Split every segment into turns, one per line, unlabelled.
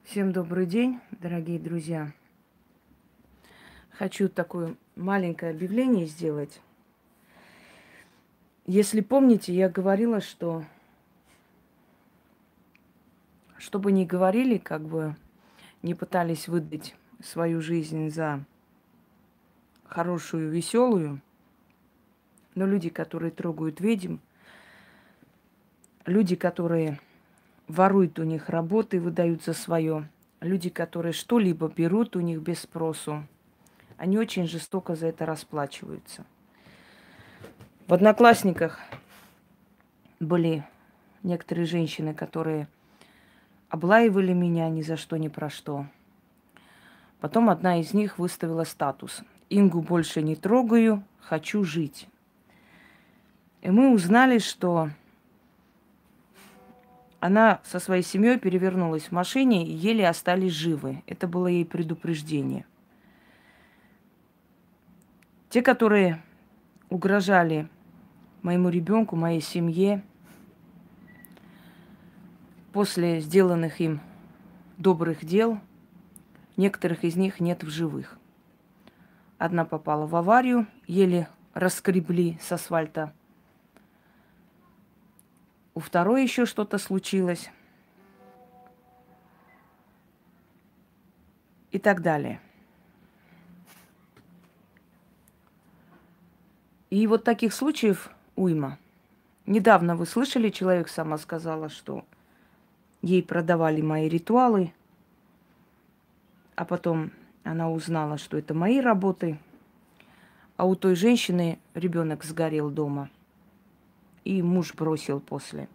Всем добрый день, дорогие друзья. Хочу такое маленькое объявление сделать. Если помните, я говорила, что бы ни говорили, не пытались выдать свою жизнь за хорошую, веселую, но люди, которые трогают ведьм, люди, которые воруют у них работы, выдают за свое, люди, которые что-либо берут у них без спросу, они очень жестоко за это расплачиваются. В Одноклассниках были некоторые женщины, которые облаивали меня ни за что, ни про что. Потом одна из них выставила статус: «Ингу больше не трогаю, хочу жить». И мы узнали, что она со своей семьей перевернулась в машине и еле остались живы. Это было ей предупреждение. Те, которые угрожали моему ребенку, моей семье, после сделанных им добрых дел, некоторых из них нет в живых. Одна попала в аварию, еле раскребли с асфальта. У второй еще что-то случилось. И так далее. И вот таких случаев уйма. Недавно вы слышали, человек сама сказала, что ей продавали мои ритуалы, а потом она узнала, что это мои работы, а у той женщины ребенок сгорел дома, и муж бросил после.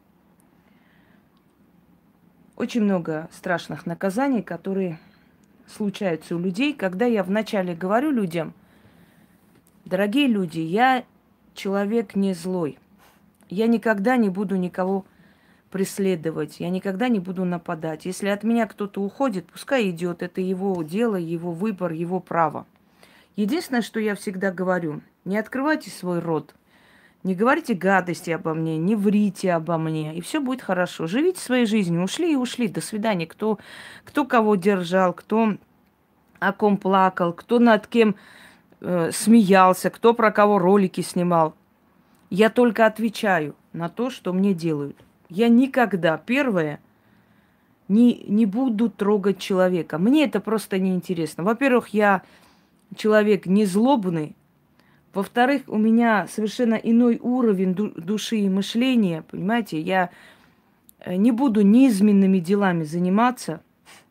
Очень много страшных наказаний, которые случаются у людей, когда я вначале говорю людям: дорогие люди, я человек не злой, я никогда не буду никого преследовать, я никогда не буду нападать. Если от меня кто-то уходит, пускай идет, это его дело, его выбор, его право. Единственное, что я всегда говорю: не открывайте свой рот, не говорите гадости обо мне, не врите обо мне, и все будет хорошо. Живите своей жизнью, ушли и ушли, до свидания. Кто кого держал, кто о ком плакал, кто над кем смеялся, кто про кого ролики снимал. Я только отвечаю на то, что мне делают. Я никогда, первое, не буду трогать человека. Мне это просто неинтересно. Во-первых, я человек не злобный. Во-вторых, у меня совершенно иной уровень души и мышления. Понимаете, я не буду низменными делами заниматься.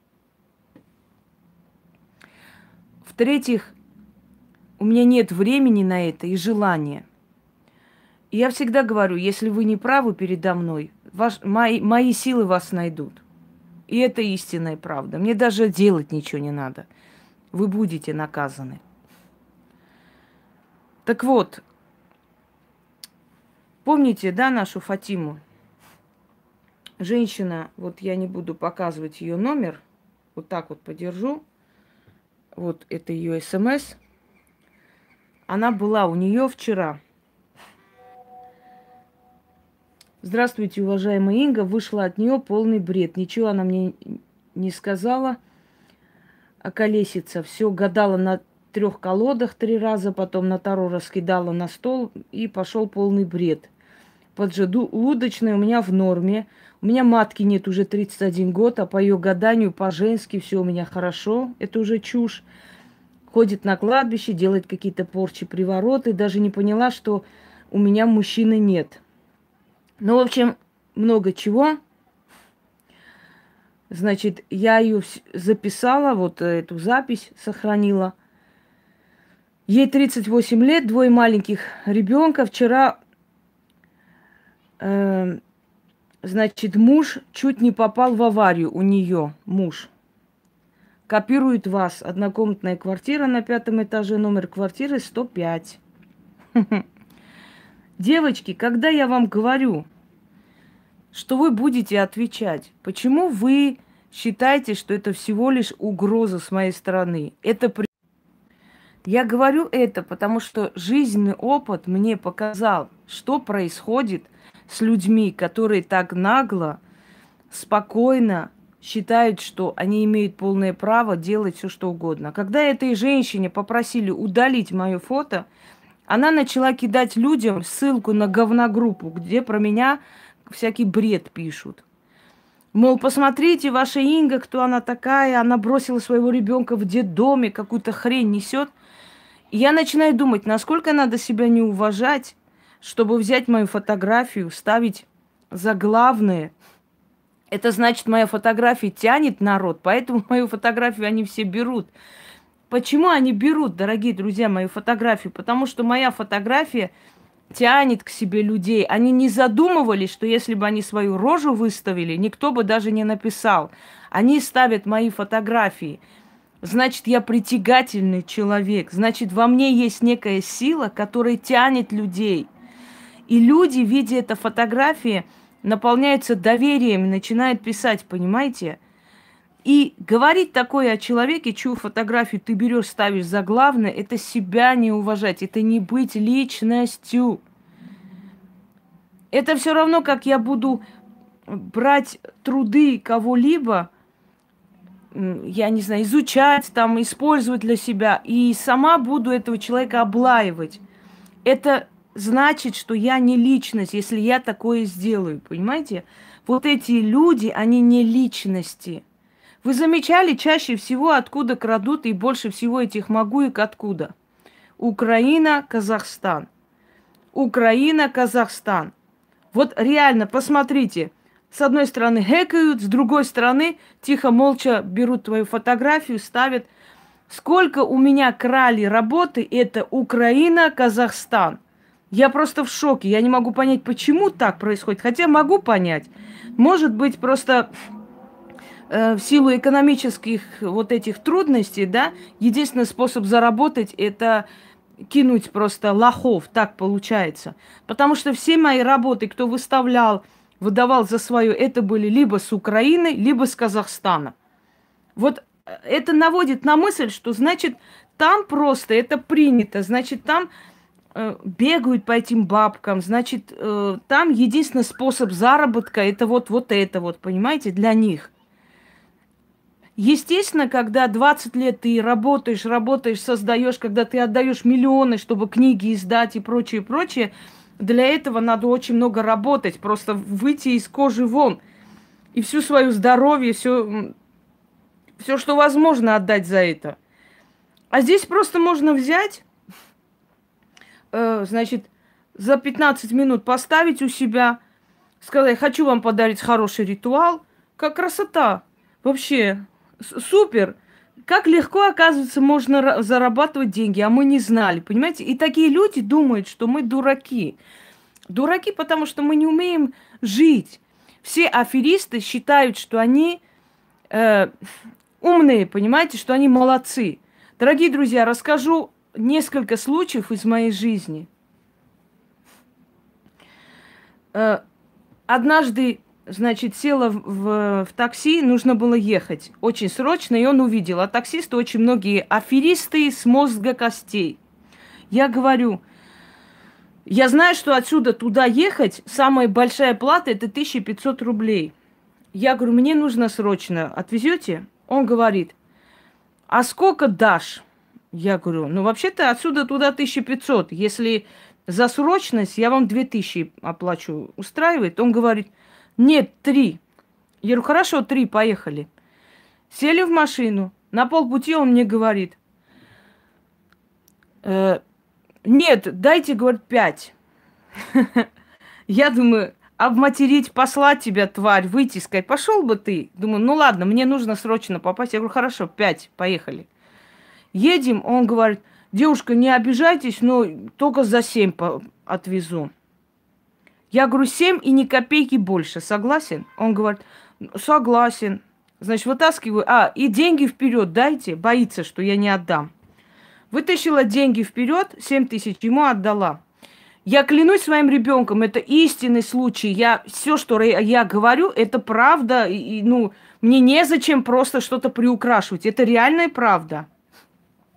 В-третьих, у меня нет времени на это и желания. И я всегда говорю: если вы не правы передо мной, мои силы вас найдут. И это истинная правда. Мне даже делать ничего не надо. Вы будете наказаны. Так вот, помните, да, нашу Фатиму? Женщина, вот я не буду показывать ее номер, вот так вот подержу. Вот это ее СМС. Она была у нее вчера. Здравствуйте, уважаемая Инга. Вышла от нее полный бред. Ничего она мне не сказала. Околесица. Все гадала на 3 колодах 3 раза, потом на таро раскидала на стол, и пошел полный бред. Поджелудочная у меня в норме. У меня матки нет уже 31 год, а по ее гаданию по-женски все у меня хорошо. Это уже чушь. Ходит на кладбище, делает какие-то порчи, привороты. Даже не поняла, что у меня мужчины нет. Ну, в общем, много чего. Значит, я ее записала, вот эту запись сохранила. Ей 38 лет, 2 маленьких ребенка. Вчера, значит, муж чуть не попал в аварию у нее, муж. Копирует вас. Однокомнатная квартира на 5-м этаже, номер квартиры 105. Девочки, когда я вам говорю, что вы будете отвечать, почему вы считаете, что это всего лишь угроза с моей стороны? Я говорю это, потому что жизненный опыт мне показал, что происходит с людьми, которые так нагло, спокойно считают, что они имеют полное право делать все, что угодно. Когда этой женщине попросили удалить мое фото, она начала кидать людям ссылку на говногруппу, где про меня всякий бред пишут. Мол, посмотрите, ваша Инга, кто она такая, она бросила своего ребенка в детдоме, какую-то хрень несет. И я начинаю думать, насколько надо себя не уважать, чтобы взять мою фотографию, ставить за главное. Это значит, моя фотография тянет народ, поэтому мою фотографию они все берут. Почему они берут, дорогие друзья, мою фотографию? Потому что моя фотография тянет к себе людей. Они не задумывались, что если бы они свою рожу выставили, никто бы даже не написал. Они ставят мои фотографии. Значит, я притягательный человек. Значит, во мне есть некая сила, которая тянет людей. И люди, видя эту фотографию, наполняются доверием и начинают писать, понимаете? И говорить такое о человеке, чью фотографию ты берешь, ставишь за главное, это себя не уважать, это не быть личностью. Это все равно, как я буду брать труды кого-либо, я не знаю, изучать, там, использовать для себя, и сама буду этого человека облаивать. Это значит, что я не личность, если я такое сделаю, понимаете? Вот эти люди, они не личности. Вы замечали чаще всего, откуда крадут, и больше всего этих могуек откуда? Украина, Казахстан. Украина, Казахстан. Вот реально, посмотрите. С одной стороны хэкают, с другой стороны тихо, молча берут твою фотографию, ставят. Сколько у меня крали работы, это Украина, Казахстан. Я просто в шоке. Я не могу понять, почему так происходит. Хотя могу понять. Может быть, просто в силу экономических вот этих трудностей, да, единственный способ заработать – это кинуть просто лохов. Так получается. Потому что все мои работы, кто выставлял, выдавал за свое, это были либо с Украины, либо с Казахстана. Вот это наводит на мысль, что, значит, там просто это принято, значит, там бегают по этим бабкам, значит, там единственный способ заработка – это вот это вот, понимаете, для них. Естественно, когда 20 лет ты работаешь, создаешь, когда ты отдаешь миллионы, чтобы книги издать и прочее, прочее, для этого надо очень много работать, просто выйти из кожи вон. И всю свое здоровье, все, что возможно, отдать за это. А здесь просто можно взять, значит, за 15 минут поставить у себя, сказать, хочу вам подарить хороший ритуал. Как красота. Вообще, супер. Как легко, оказывается, можно зарабатывать деньги, а мы не знали, понимаете? И такие люди думают, что мы дураки. Дураки, потому что мы не умеем жить. Все аферисты считают, что они умные, понимаете, что они молодцы. Дорогие друзья, расскажу несколько случаев из моей жизни. Однажды, значит, села в такси, нужно было ехать очень срочно, и он увидел. А таксисты очень многие аферисты с мозга костей. Я говорю, я знаю, что отсюда туда ехать, самая большая плата – это 1500 рублей. Я говорю, мне нужно срочно, отвезете? Он говорит, а сколько дашь? Я говорю, ну вообще-то отсюда туда 1500. Если за срочность я вам 2000 оплачу. Устраивает? Он говорит, нет, 3. Я говорю, хорошо, 3, поехали. Сели в машину. На полпути он мне говорит, нет, дайте, говорит, 5. Я думаю, обматерить, послать тебя, тварь, выйти, сказать, пошел бы ты. Думаю, ну ладно, мне нужно срочно попасть. Я говорю, хорошо, 5, поехали. Едем, он говорит, девушка, не обижайтесь, но только за 7 отвезу. Я говорю, 7 и ни копейки больше, согласен? Он говорит, согласен. Значит, вытаскиваю, и деньги вперед дайте, боится, что я не отдам. Вытащила деньги вперед, 7000 ему отдала. Я клянусь своим ребенком, это истинный случай. Все, что я говорю, это правда. Ну, мне незачем просто что-то приукрашивать. Это реальная правда.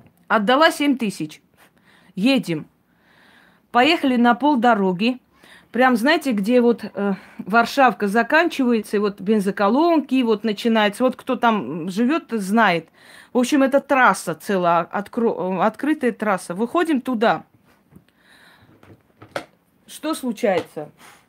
Отдала 7000. Едем. Поехали на полдороги. Прям, знаете, где вот Варшавка заканчивается, и вот бензоколонки, и вот начинается. Вот кто там живет, знает. В общем, это трасса целая, открытая трасса. Выходим туда. Что случается?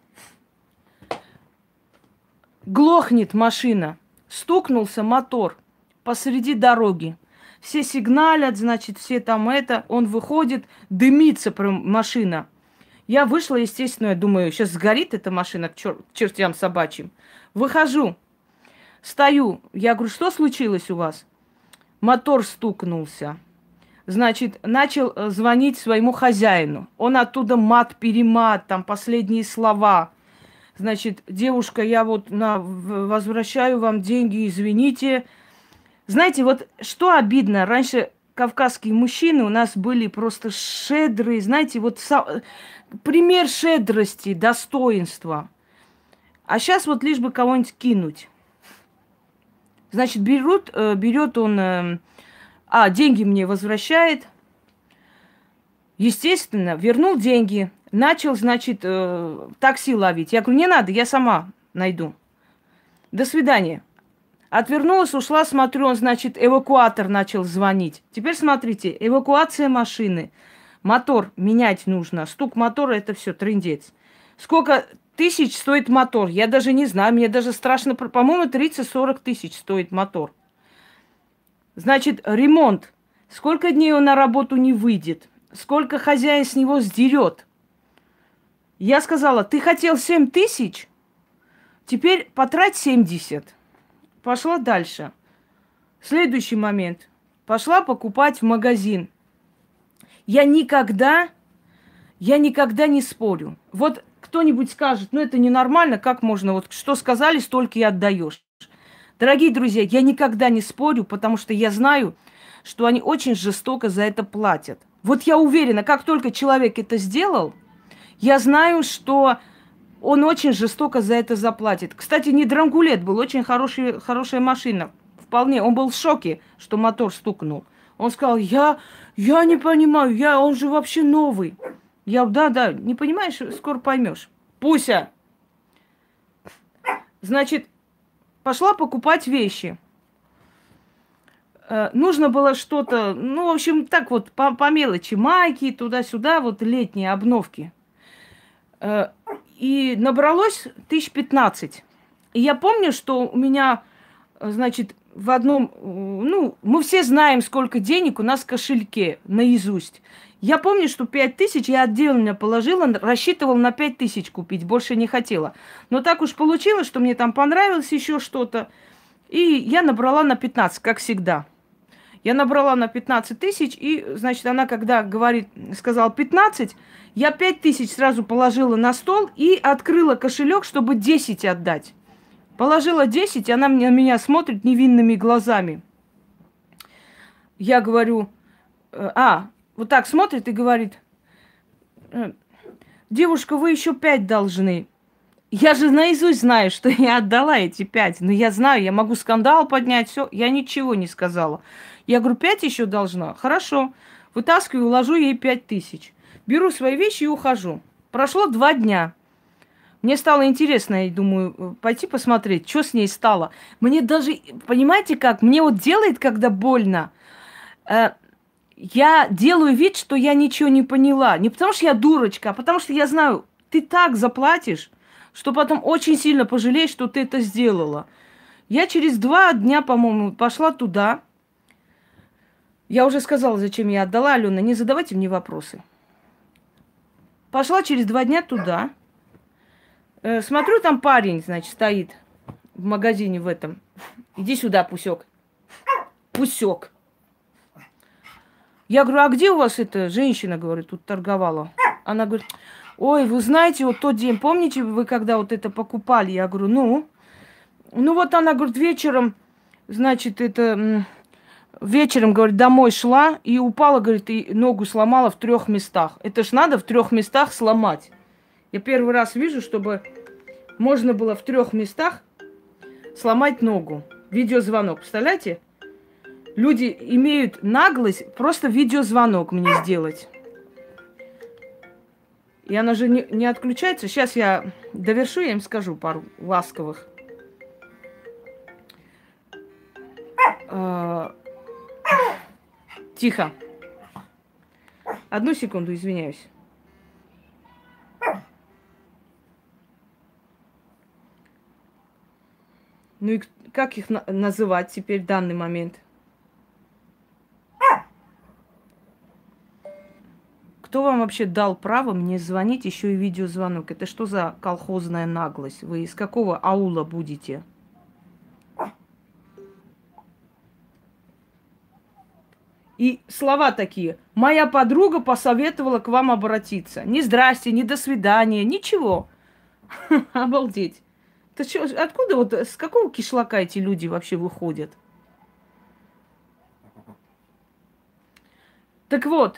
Глохнет машина. Стукнулся мотор посреди дороги. Все сигналят, значит, все там это. Он выходит, дымится прям машина. Я вышла, естественно, я думаю, сейчас сгорит эта машина к чертям собачьим. Выхожу, стою. Я говорю, что случилось у вас? Мотор стукнулся. Значит, начал звонить своему хозяину. Он оттуда мат-перемат, там последние слова. Значит, девушка, я вот возвращаю вам деньги, извините. Знаете, вот что обидно, раньше кавказские мужчины у нас были просто щедрые, знаете, вот пример щедрости, достоинства. А сейчас вот лишь бы кого-нибудь кинуть. Значит, берет он, деньги мне возвращает. Естественно, вернул деньги. Начал, значит, такси ловить. Я говорю, не надо, я сама найду. До свидания. Отвернулась, ушла, смотрю, он, значит, эвакуатор начал звонить. Теперь смотрите, эвакуация машины. Мотор менять нужно. Стук мотора, это все, трындец. Сколько тысяч стоит мотор? Я даже не знаю, мне даже страшно. По-моему, 30-40 тысяч стоит мотор. Значит, ремонт. Сколько дней он на работу не выйдет? Сколько хозяин с него сдерет? Я сказала, ты хотел 7 тысяч? Теперь потрать 70. Пошла дальше. Следующий момент. Пошла покупать в магазин. Я никогда не спорю. Вот кто-нибудь скажет, ну это ненормально, как можно, вот что сказали, столько и отдаешь. Дорогие друзья, я никогда не спорю, потому что я знаю, что они очень жестоко за это платят. Вот я уверена, как только человек это сделал, я знаю, что он очень жестоко за это заплатит. Кстати, не Дрангулет был, очень хорошая машина. Вполне. Он был в шоке, что мотор стукнул. Он сказал, я не понимаю, он же вообще новый. Я говорю, да, не понимаешь, скоро поймешь. Пуся. Значит, пошла покупать вещи. Нужно было что-то, ну, в общем, так вот, по мелочи, майки, туда-сюда, вот летние обновки. И набралось 15 000. И я помню, что у меня, значит, в одном... Ну, мы все знаем, сколько денег у нас в кошельке наизусть. Я помню, что 5000 я отдельно положила, рассчитывала на 5000 купить, больше не хотела. Но так уж получилось, что мне там понравилось еще что-то. И я набрала на 15, как всегда. Я набрала на 15 000, и, значит, она, когда сказала 15, я 5000 сразу положила на стол и открыла кошелек, чтобы 10 отдать. Положила 10, она на меня смотрит невинными глазами. Я говорю, вот так смотрит и говорит, девушка, вы еще 5 должны. Я же наизусть знаю, что я отдала эти 5. Но я знаю, я могу скандал поднять, все. Я ничего не сказала. Я говорю, 5 еще должна. Хорошо. Вытаскиваю, уложу ей 5000. Беру свои вещи и ухожу. Прошло 2 дня. Мне стало интересно, я думаю, пойти посмотреть, что с ней стало. Мне даже, понимаете как, мне вот делает, когда больно. Я делаю вид, что я ничего не поняла. Не потому что я дурочка, а потому что я знаю, ты так заплатишь, что потом очень сильно пожалеешь, что ты это сделала. Я через 2 дня, по-моему, пошла туда. Я уже сказала, зачем я отдала, Алена, не задавайте мне вопросы. Пошла через 2 дня туда. Смотрю, там парень, значит, стоит в магазине в этом. Иди сюда, Пусек. Пусек. Я говорю, а где у вас эта женщина, говорю, тут торговала? Она говорит, ой, вы знаете, вот тот день, помните вы, когда вот это покупали? Я говорю, ну вот она, говорит, вечером, значит, вечером, говорит, домой шла и упала, говорит, и ногу сломала в 3 местах. Это ж надо в 3 местах сломать. Я первый раз вижу, чтобы можно было в 3 местах сломать ногу. Видеозвонок, представляете? Люди имеют наглость просто видеозвонок мне сделать. И она же не отключается. Сейчас я довершу, я им скажу пару ласковых. Тихо. Одну секунду, извиняюсь. Ну и как их называть теперь в данный момент? Кто вам вообще дал право мне звонить, еще и видеозвонок? Это что за колхозная наглость? Вы из какого аула будете? И слова такие. Моя подруга посоветовала к вам обратиться. Ни здрасте, ни до свидания, ничего. Обалдеть. Это что, откуда вот, с какого кишлака эти люди вообще выходят? Так вот.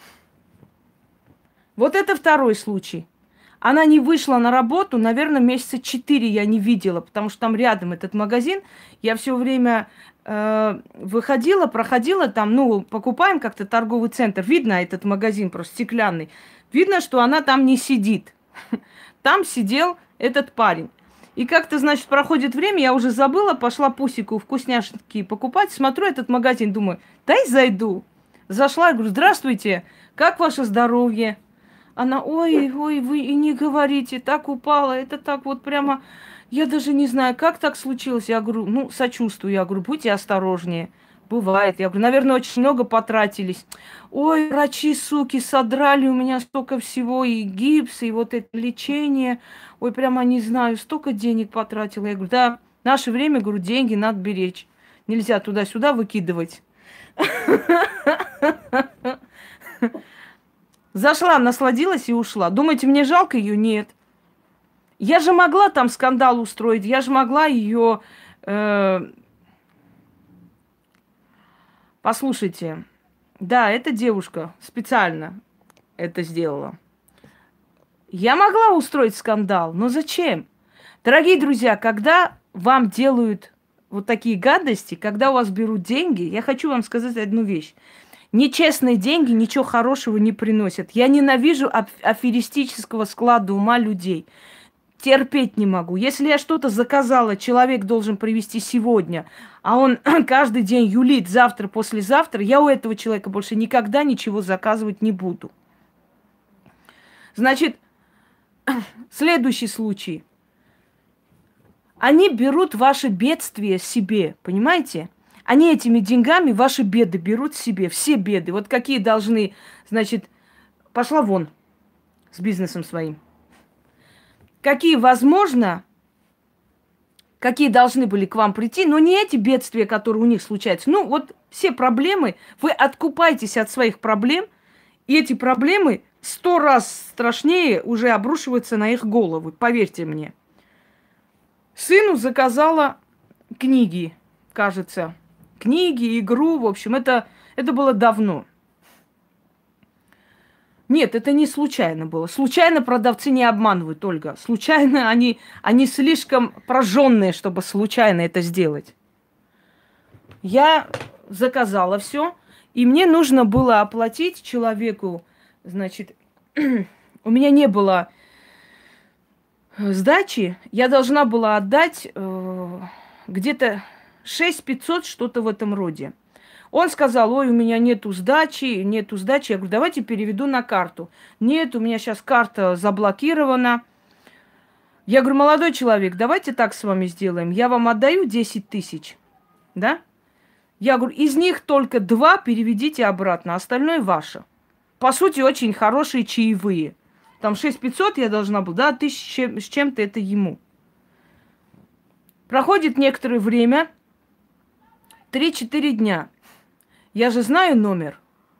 Вот это второй случай. Она не вышла на работу, наверное, месяца 4 я не видела, потому что там рядом этот магазин. Я все время выходила, проходила там, ну, покупаем как-то торговый центр. Видно этот магазин просто стеклянный. Видно, что она там не сидит. Там сидел этот парень. И как-то, значит, проходит время, я уже забыла, пошла Пусику вкусняшки покупать. Смотрю этот магазин, думаю, дай зайду. Зашла, я говорю, здравствуйте, как ваше здоровье? Она, ой, вы и не говорите, так упала, это так вот прямо, я даже не знаю, как так случилось. Я говорю, ну, сочувствую, я говорю, будьте осторожнее. Бывает. Я говорю, наверное, очень много потратились. Ой, врачи, суки, содрали у меня столько всего, и гипс, и вот это лечение. Ой, прямо не знаю, столько денег потратила. Я говорю, да, в наше время, говорю, деньги надо беречь. Нельзя туда-сюда выкидывать. Зашла, насладилась и ушла. Думаете, мне жалко ее? Нет. Я же могла там скандал устроить, я же могла ее... Послушайте, да, эта девушка специально это сделала. Я могла устроить скандал, но зачем? Дорогие друзья, когда вам делают вот такие гадости, когда у вас берут деньги, я хочу вам сказать одну вещь. Нечестные деньги ничего хорошего не приносят. Я ненавижу аферистического склада ума людей. Терпеть не могу. Если я что-то заказала, человек должен привезти сегодня, а он каждый день юлит завтра, послезавтра, я у этого человека больше никогда ничего заказывать не буду. Значит, следующий случай. Они берут ваши бедствия себе, понимаете? Они этими деньгами ваши беды берут себе, все беды. Вот какие должны, значит, пошла вон с бизнесом своим. Какие, возможно, какие должны были к вам прийти, но не эти бедствия, которые у них случаются. Ну, вот все проблемы, вы откупаетесь от своих проблем, и эти проблемы 100 раз страшнее уже обрушиваются на их головы, поверьте мне. Сыну заказала книги, кажется. Книги, игру, в общем, это было давно. Нет, это не случайно было. Случайно продавцы не обманывают, Ольга. Случайно они слишком прожженные, чтобы случайно это сделать. Я заказала все, и мне нужно было оплатить человеку, значит, у меня не было сдачи, я должна была отдать где-то 6500, что-то в этом роде. Он сказал, ой, у меня нету сдачи. Я говорю, давайте переведу на карту. Нет, у меня сейчас карта заблокирована. Я говорю, молодой человек, давайте так с вами сделаем. Я вам отдаю 10 тысяч, да? Я говорю, из них только 2 переведите обратно, остальное ваше. По сути, очень хорошие чаевые. Там 6500 я должна была, да, 1000 с чем-то это ему. Проходит некоторое время, 3-4 дня. Я же знаю номер.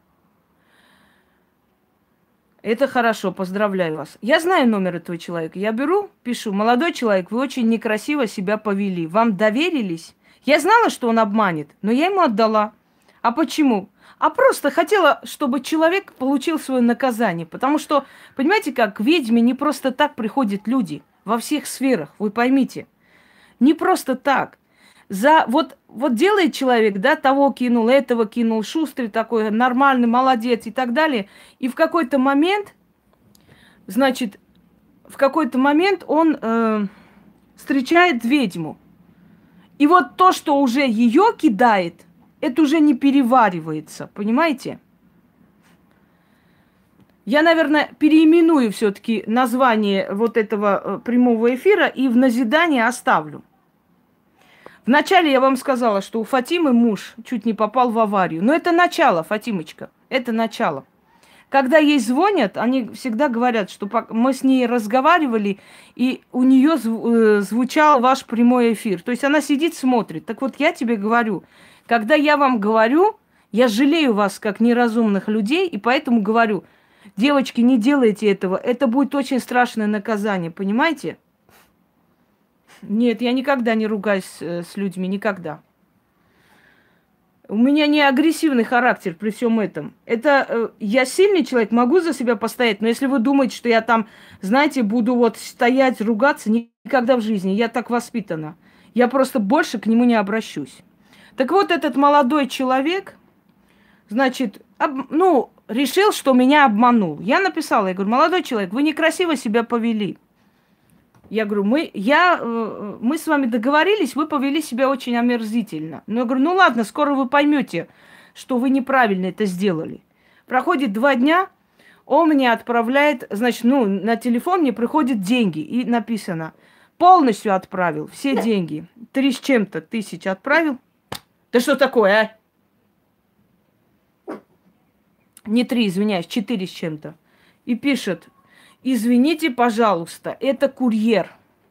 Это хорошо, поздравляю вас. Я знаю номер этого человека. Я беру, пишу, молодой человек, вы очень некрасиво себя повели. Вам доверились? Я знала, что он обманет, но я ему отдала. А почему? А просто хотела, чтобы человек получил свое наказание. Потому что, понимаете как, к ведьме не просто так приходят люди. Во всех сферах, вы поймите. Не просто так. Вот делает человек, да, того кинул, этого кинул, шустрый такой, нормальный, молодец и так далее. И в какой-то момент Значит, в какой-то момент он встречает ведьму. И вот то, что уже ее кидает, это уже не переваривается, понимаете? Я, наверное, переименую все-таки название вот этого прямого эфира и в назидание оставлю. Вначале я вам сказала, что у Фатимы муж чуть не попал в аварию. Но это начало, Фатимочка, это начало. Когда ей звонят, они всегда говорят, что мы с ней разговаривали, и у нее звучал ваш прямой эфир. То есть она сидит, смотрит. Так вот, я тебе говорю, когда я вам говорю, я жалею вас как неразумных людей, и поэтому говорю, девочки, не делайте этого, это будет очень страшное наказание, понимаете? Нет, я никогда не ругаюсь с людьми, никогда. У меня не агрессивный характер при всем этом. Это я сильный человек, могу за себя постоять, но если вы думаете, что я там, знаете, буду вот стоять, ругаться, никогда в жизни. Я так воспитана. Я просто больше к нему не обращусь. Так вот, этот молодой человек, значит, решил, что меня обманул. Я написала, я говорю, молодой человек, вы некрасиво себя повели. Я говорю, мы с вами договорились, вы повели себя очень омерзительно. Но я говорю, ну ладно, скоро вы поймете, что вы неправильно это сделали. Проходит 2 дня, он мне отправляет, значит, на телефон мне приходят деньги. И написано, полностью отправил, все деньги. 3 с чем-то тысяч отправил. Да что такое, а? Не 3, извиняюсь, 4 с чем-то. И пишет, извините, пожалуйста, это курьер.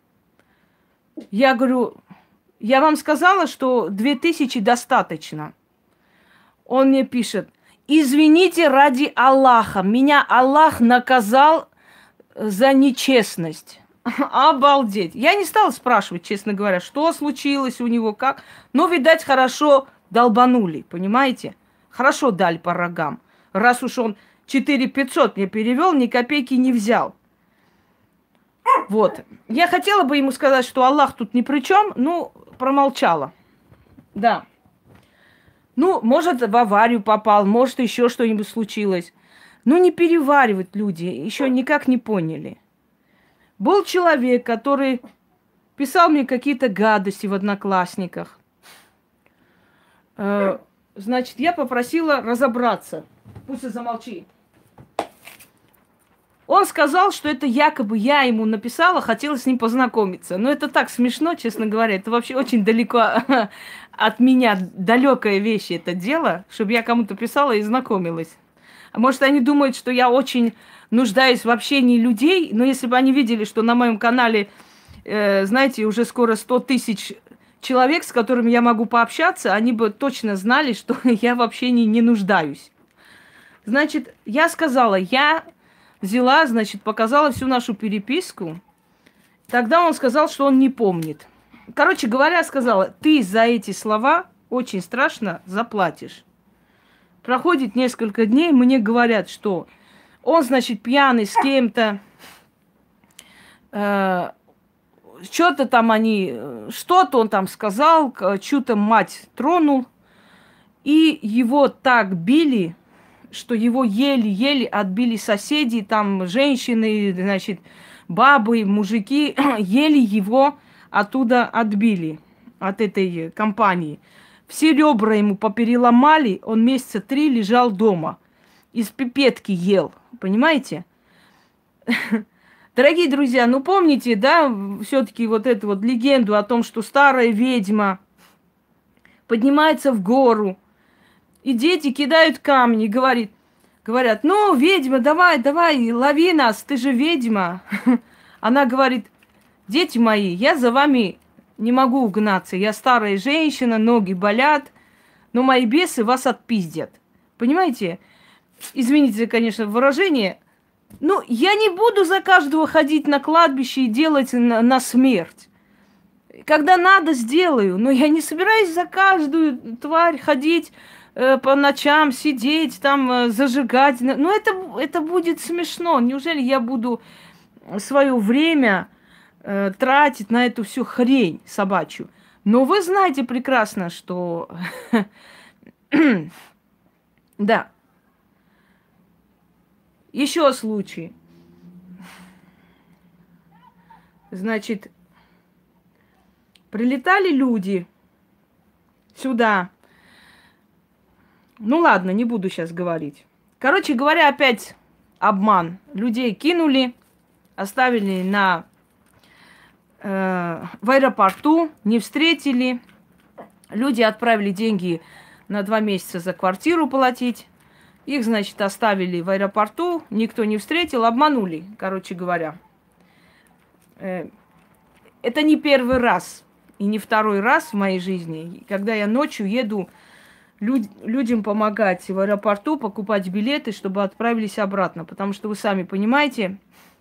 Я говорю, я вам сказала, что 2000 достаточно. Он мне пишет, извините ради Аллаха, меня Аллах наказал за нечестность. Обалдеть. Я не стала спрашивать, честно говоря, что случилось у него, как. Но, видать, хорошо долбанули, понимаете? Хорошо дали по рогам. Раз уж он 4500 мне перевел, ни копейки не взял. Вот. Я хотела бы ему сказать, что Аллах тут ни при чем, но промолчала. Да. Может, в аварию попал, может, еще что-нибудь случилось. Не переваривать люди, еще никак не поняли. Был человек, который писал мне какие-то гадости в Одноклассниках. Значит, я попросила разобраться. Пусть и замолчи. Он сказал, что это якобы я ему написала, хотела с ним познакомиться. Но это так смешно, честно говоря. Это вообще очень далеко от меня, далекая вещь это дело, чтобы я кому-то писала и знакомилась. А может, они думают, что я очень нуждаюсь в общении людей, но если бы они видели, что на моем канале, знаете, уже скоро 100 тысяч человек, с которыми я могу пообщаться, они бы точно знали, что я в общении не нуждаюсь. Значит, я сказала, я взяла, значит, показала всю нашу переписку. Тогда он сказал, что он не помнит. Короче говоря, сказала, ты за эти слова очень страшно заплатишь. Проходит несколько дней, мне говорят, что он, значит, пьяный с кем-то, что-то там что-то он там сказал, чью-то мать тронул, и его так били, что его еле-еле отбили соседи, там женщины, значит, бабы, мужики, еле его оттуда отбили, от этой компании. Все ребра ему попереломали, он месяца 3 лежал дома, из пипетки ел, понимаете? Дорогие друзья, помните, да, все-таки вот эту вот легенду о том, что старая ведьма поднимается в гору, и дети кидают камни, говорят, ведьма, давай, лови нас, ты же ведьма. Она говорит, дети мои, я за вами не могу угнаться, я старая женщина, ноги болят, но мои бесы вас отпиздят. Понимаете? Извините, конечно, выражение. Я не буду за каждого ходить на кладбище и делать на смерть. Когда надо, сделаю, но я не собираюсь за каждую тварь ходить по ночам, сидеть там, зажигать. Это будет смешно. Неужели я буду свое время тратить на эту всю хрень собачью? Но вы знаете прекрасно, что... Да. Еще случай. Значит, прилетали люди сюда. Ну ладно, не буду сейчас говорить. Короче говоря, опять обман. Людей кинули, оставили в аэропорту, не встретили. Люди отправили деньги на 2 месяца за квартиру платить. Их, значит, оставили в аэропорту, никто не встретил, обманули, короче говоря. Это не первый раз и не второй раз в моей жизни, когда я ночью еду людям помогать в аэропорту, покупать билеты, чтобы отправились обратно. Потому что вы сами понимаете,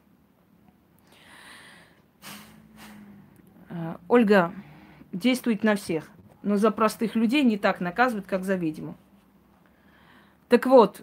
Ольга действует на всех, но за простых людей не так наказывают, как за ведьму. Так вот,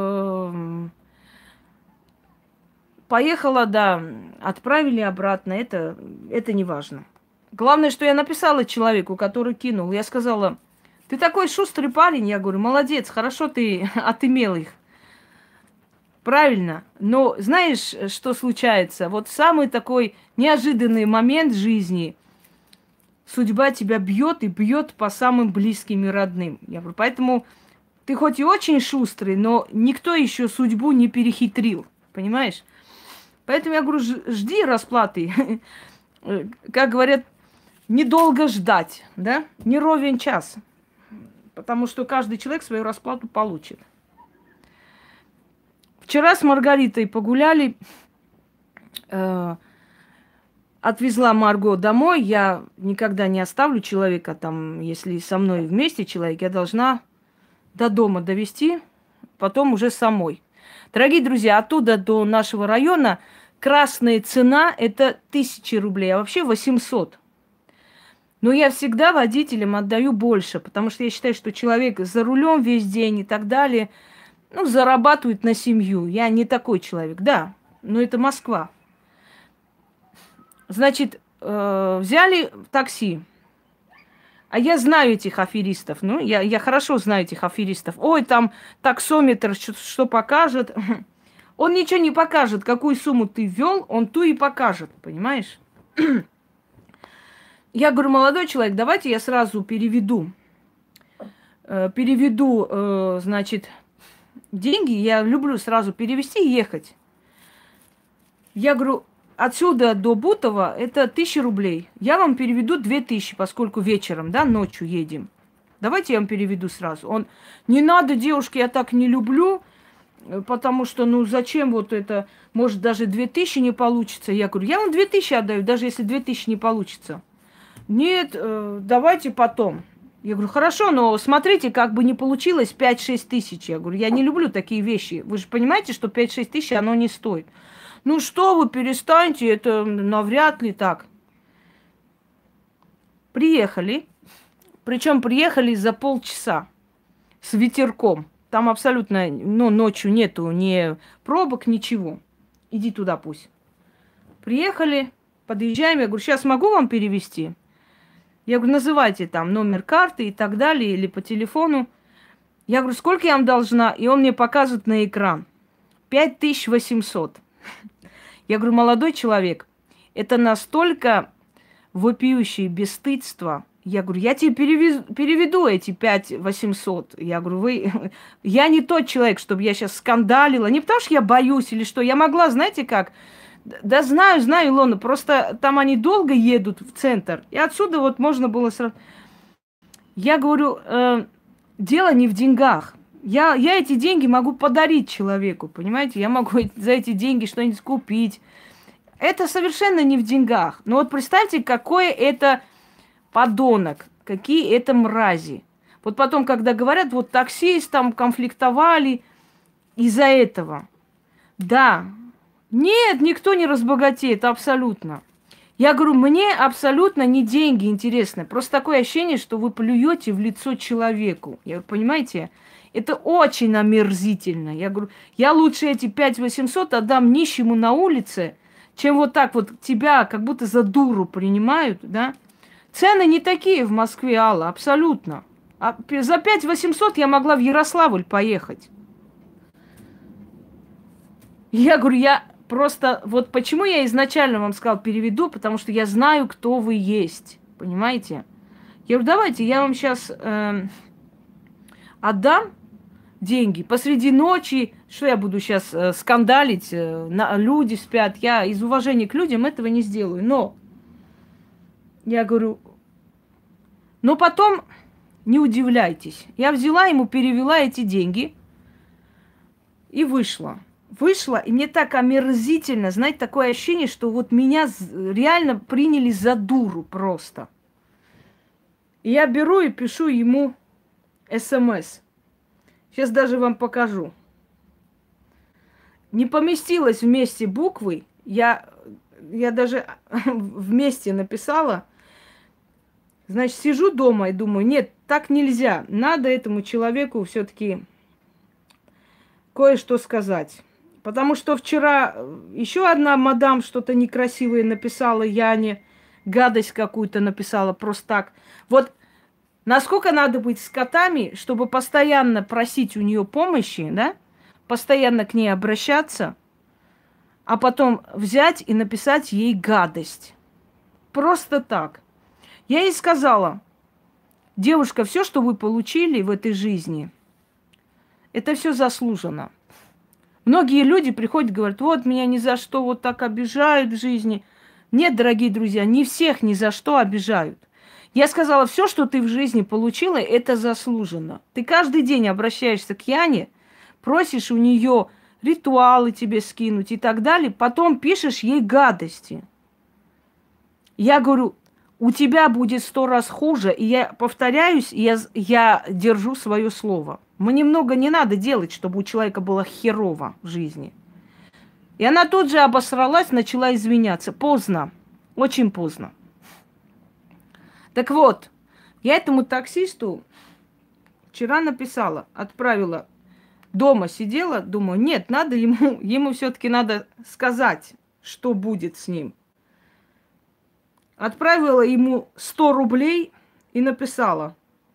поехала, да, отправили обратно, это не важно. Главное, что я написала человеку, который кинул, я сказала: ты такой шустрый парень, я говорю, молодец, хорошо ты отымел их. Правильно, но знаешь, что случается? Вот самый такой неожиданный момент в жизни, судьба тебя бьет и бьет по самым близким и родным. Я говорю, поэтому ты хоть и очень шустрый, но никто еще судьбу не перехитрил, понимаешь? Поэтому я говорю, жди расплаты. Как говорят, недолго ждать, да? Не ровен час. Потому что каждый человек свою расплату получит. Вчера с Маргаритой погуляли. Отвезла Марго домой. Я никогда не оставлю человека там, если со мной вместе человек, я должна до дома довести, потом уже самой. Дорогие друзья, оттуда до нашего района красная цена – это 1000 рублей, а вообще 800. Но я всегда водителям отдаю больше, потому что я считаю, что человек за рулем весь день и так далее, ну, зарабатывает на семью. Я не такой человек, да, но это Москва. Значит, взяли такси. А я знаю этих аферистов. Ну, я хорошо знаю этих аферистов. Ой, там таксометр что покажет. Он ничего не покажет. Какую сумму ты ввел, он ту и покажет. Понимаешь? Я говорю, молодой человек, давайте я сразу переведу. Значит, деньги. Я люблю сразу перевести и ехать. Я говорю, отсюда до Бутова это 1000 рублей. Я вам переведу 2000, поскольку вечером, да, ночью едем. Давайте я вам переведу сразу. Он, не надо, девушки, я так не люблю, потому что, ну, зачем вот это, может, даже 2000 не получится. Я говорю, я вам 2000 отдаю, даже если 2000 не получится. Нет, давайте потом. Я говорю, хорошо, но смотрите, как бы не получилось 5-6 тысяч. Я говорю, я не люблю такие вещи. Вы же понимаете, что 5-6 тысяч оно не стоит. Ну что вы, перестаньте, это навряд ли так. Приехали. Причем приехали за полчаса с ветерком. Там абсолютно, ну, ночью нету ни пробок, ничего. Иди туда пусть. Приехали, подъезжаем. Я говорю, сейчас могу вам перевести? Я говорю, называйте там номер карты и так далее, или по телефону. Я говорю, сколько я вам должна? И он мне показывает на экран. 5800. Я говорю, молодой человек, это настолько вопиющее бесстыдство. Я говорю, я тебе переведу эти 5800. Я говорю, я не тот человек, чтобы я сейчас скандалила. Не потому что я боюсь или что. Я могла, знаете как? Да знаю, Илона, просто там они долго едут в центр. И отсюда вот можно было сразу... Я говорю, дело не в деньгах. Я эти деньги могу подарить человеку, понимаете? Я могу за эти деньги что-нибудь купить. Это совершенно не в деньгах. Но вот представьте, какой это подонок, какие это мрази. Вот потом, когда говорят, вот таксист там конфликтовали из-за этого. Да, нет, никто не разбогатеет, абсолютно. Я говорю, мне абсолютно не деньги интересны. Просто такое ощущение, что вы плюете в лицо человеку. Я говорю, понимаете? Это очень омерзительно. Я говорю, я лучше эти 5800 отдам нищему на улице, чем вот так вот тебя как будто за дуру принимают, да? Цены не такие в Москве, Алла, абсолютно. А за 5800 я могла в Ярославль поехать. Я говорю, я просто вот почему я изначально вам сказал переведу, потому что я знаю, кто вы есть. Понимаете? Я говорю, давайте, я вам сейчас отдам деньги посреди ночи. Что я буду сейчас скандалить? Люди спят. Я из уважения к людям этого не сделаю. Но я говорю, но потом не удивляйтесь. Я взяла ему, перевела эти деньги и вышла. Вышла, и мне так омерзительно, знаете, такое ощущение, что вот меня реально приняли за дуру просто. И я беру и пишу ему СМС. Сейчас даже вам покажу. Не поместилось вместе буквы. Я даже вместе написала. Значит, сижу дома и думаю, нет, так нельзя. Надо этому человеку все-таки кое-что сказать. Потому что вчера еще одна мадам что-то некрасивое написала Яне. Гадость какую-то написала просто так. Вот насколько надо быть с котами, чтобы постоянно просить у нее помощи, да? Постоянно к ней обращаться, а потом взять и написать ей гадость. Просто так. Я ей сказала, девушка, все, что вы получили в этой жизни, это все заслуженно. Многие люди приходят и говорят, вот меня ни за что вот так обижают в жизни. Нет, дорогие друзья, не всех ни за что обижают. Я сказала, все, что ты в жизни получила, это заслуженно. Ты каждый день обращаешься к Яне, просишь у нее ритуалы тебе скинуть и так далее, потом пишешь ей гадости. Я говорю, у тебя будет 100 раз хуже, и я повторяюсь, я держу свое слово. Мне много не надо делать, чтобы у человека было херово в жизни. И она тут же обосралась, начала извиняться. Поздно, очень поздно. Так вот, я этому таксисту вчера написала, отправила. Дома сидела, думаю, нет, надо ему все-таки надо сказать, что будет с ним. Отправила ему 100 рублей и написала.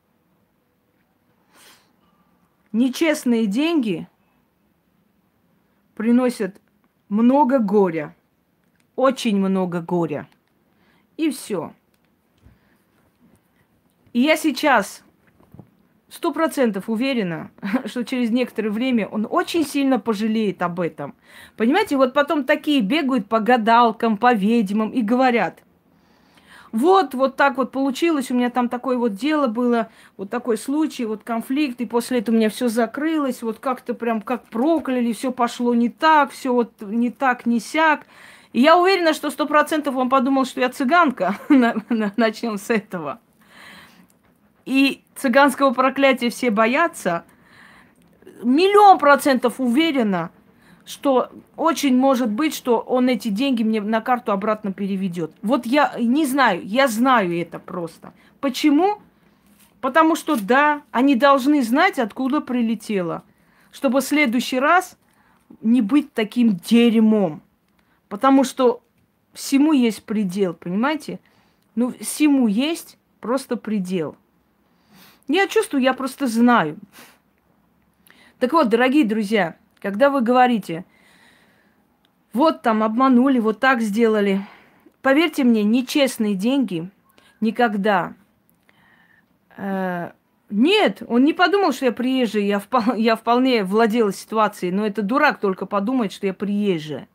Нечестные деньги приносят много горя. Очень много горя. И все. И я сейчас 100% уверена, что через некоторое время он очень сильно пожалеет об этом. Понимаете, вот потом такие бегают по гадалкам, по ведьмам и говорят, вот так вот получилось, у меня там такое вот дело было, вот такой случай, вот конфликт, и после этого у меня все закрылось, вот как-то прям как прокляли, все пошло не так, все вот не так, не сяк. И я уверена, что 100% он подумал, что я цыганка. Начнем с этого. И цыганского проклятия все боятся. 1000000% уверена, что очень может быть, что он эти деньги мне на карту обратно переведет. Вот я не знаю, я знаю это просто. Почему? Потому что, да, они должны знать, откуда прилетело, чтобы в следующий раз не быть таким дерьмом. Потому что всему есть предел, понимаете? Ну, всему есть просто предел. Я чувствую, я просто знаю. Так вот, дорогие друзья, когда вы говорите, вот там обманули, вот так сделали, поверьте мне, нечестные деньги никогда. Нет, он не подумал, что я приезжая, я вполне владела ситуацией, но это дурак только подумает, что я приезжая.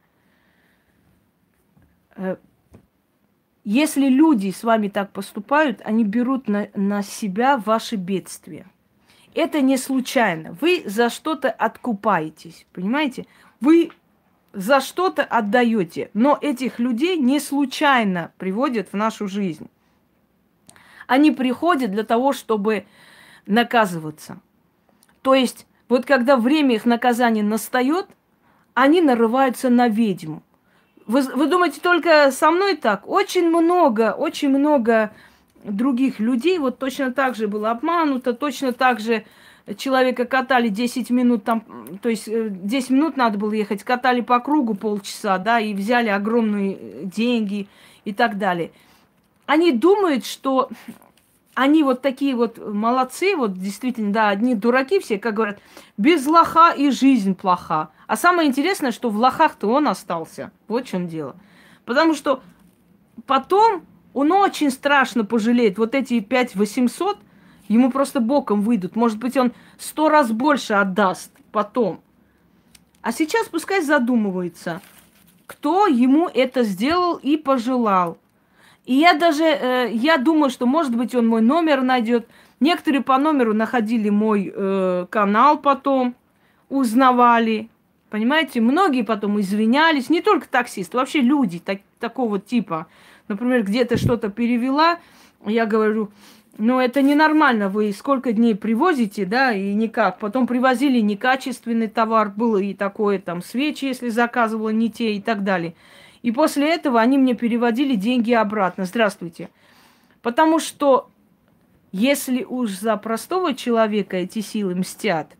Если люди с вами так поступают, они берут на себя ваши бедствия. Это не случайно. Вы за что-то откупаетесь, понимаете? Вы за что-то отдаете. Но этих людей не случайно приводят в нашу жизнь. Они приходят для того, чтобы наказываться. То есть, вот когда время их наказания настает, они нарываются на ведьму. Вы думаете, только со мной так? Очень много других людей вот точно так же было обмануто, точно так же человека катали 10 минут, там, то есть 10 минут надо было ехать, катали по кругу полчаса, да, и взяли огромные деньги и так далее. Они думают, что они вот такие вот молодцы, вот действительно, да, одни дураки все, как говорят, без лоха и жизнь плоха. А самое интересное, что в лохах-то он остался. Вот в чем дело. Потому что потом он очень страшно пожалеет. Вот эти 5800 ему просто боком выйдут. Может быть, он 100 раз больше отдаст потом. А сейчас пускай задумывается, кто ему это сделал и пожелал. И я даже, я думаю, что, может быть, он мой номер найдет. Некоторые по номеру находили мой канал потом, узнавали. Понимаете, многие потом извинялись, не только таксисты, вообще люди такого типа. Например, где-то что-то перевела, я говорю, ну это ненормально, вы сколько дней привозите, да, и никак. Потом привозили некачественный товар, было и такое, там, свечи, если заказывала не те и так далее. И после этого они мне переводили деньги обратно. Здравствуйте. Потому что если уж за простого человека эти силы мстят,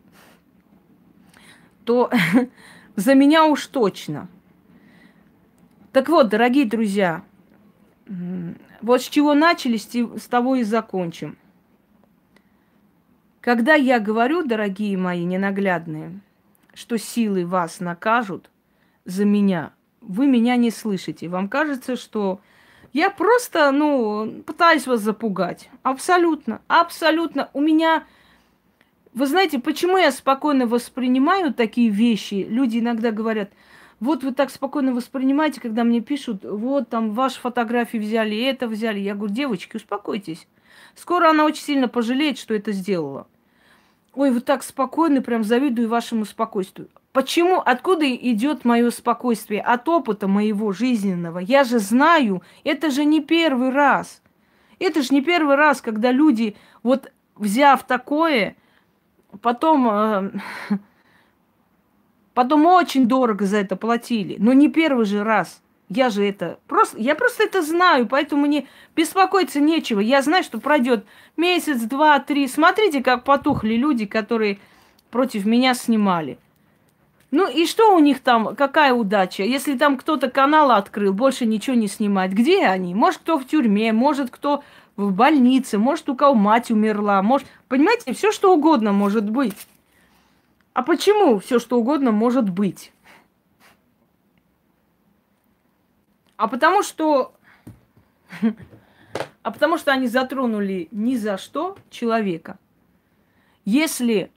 то за меня уж точно. Так вот, дорогие друзья, вот с чего начали, с того и закончим. Когда я говорю, дорогие мои ненаглядные, что силы вас накажут за меня, вы меня не слышите. Вам кажется, что я просто, пытаюсь вас запугать. Абсолютно, абсолютно. У меня... Вы знаете, почему я спокойно воспринимаю такие вещи? Люди иногда говорят, вот вы так спокойно воспринимаете, когда мне пишут, вот там ваши фотографии взяли, это взяли. Я говорю, девочки, успокойтесь. Скоро она очень сильно пожалеет, что это сделала. Ой, вы так спокойны, прям завидую вашему спокойствию. Почему? Откуда идет мое спокойствие? От опыта моего жизненного. Я же знаю, это же не первый раз. Это же не первый раз, когда люди, вот взяв такое, потом очень дорого за это платили. Но не первый же раз. Я просто это знаю, поэтому мне беспокоиться нечего. Я знаю, что пройдет месяц, два, три. Смотрите, как потухли люди, которые против меня снимали. Ну и что у них там, какая удача? Если там кто-то канал открыл, больше ничего не снимает. Где они? Может, кто в тюрьме, может, кто в больнице, может, у кого мать умерла. Может, понимаете, все что угодно может быть. А почему все что угодно может быть? А потому что они затронули ни за что человека. Если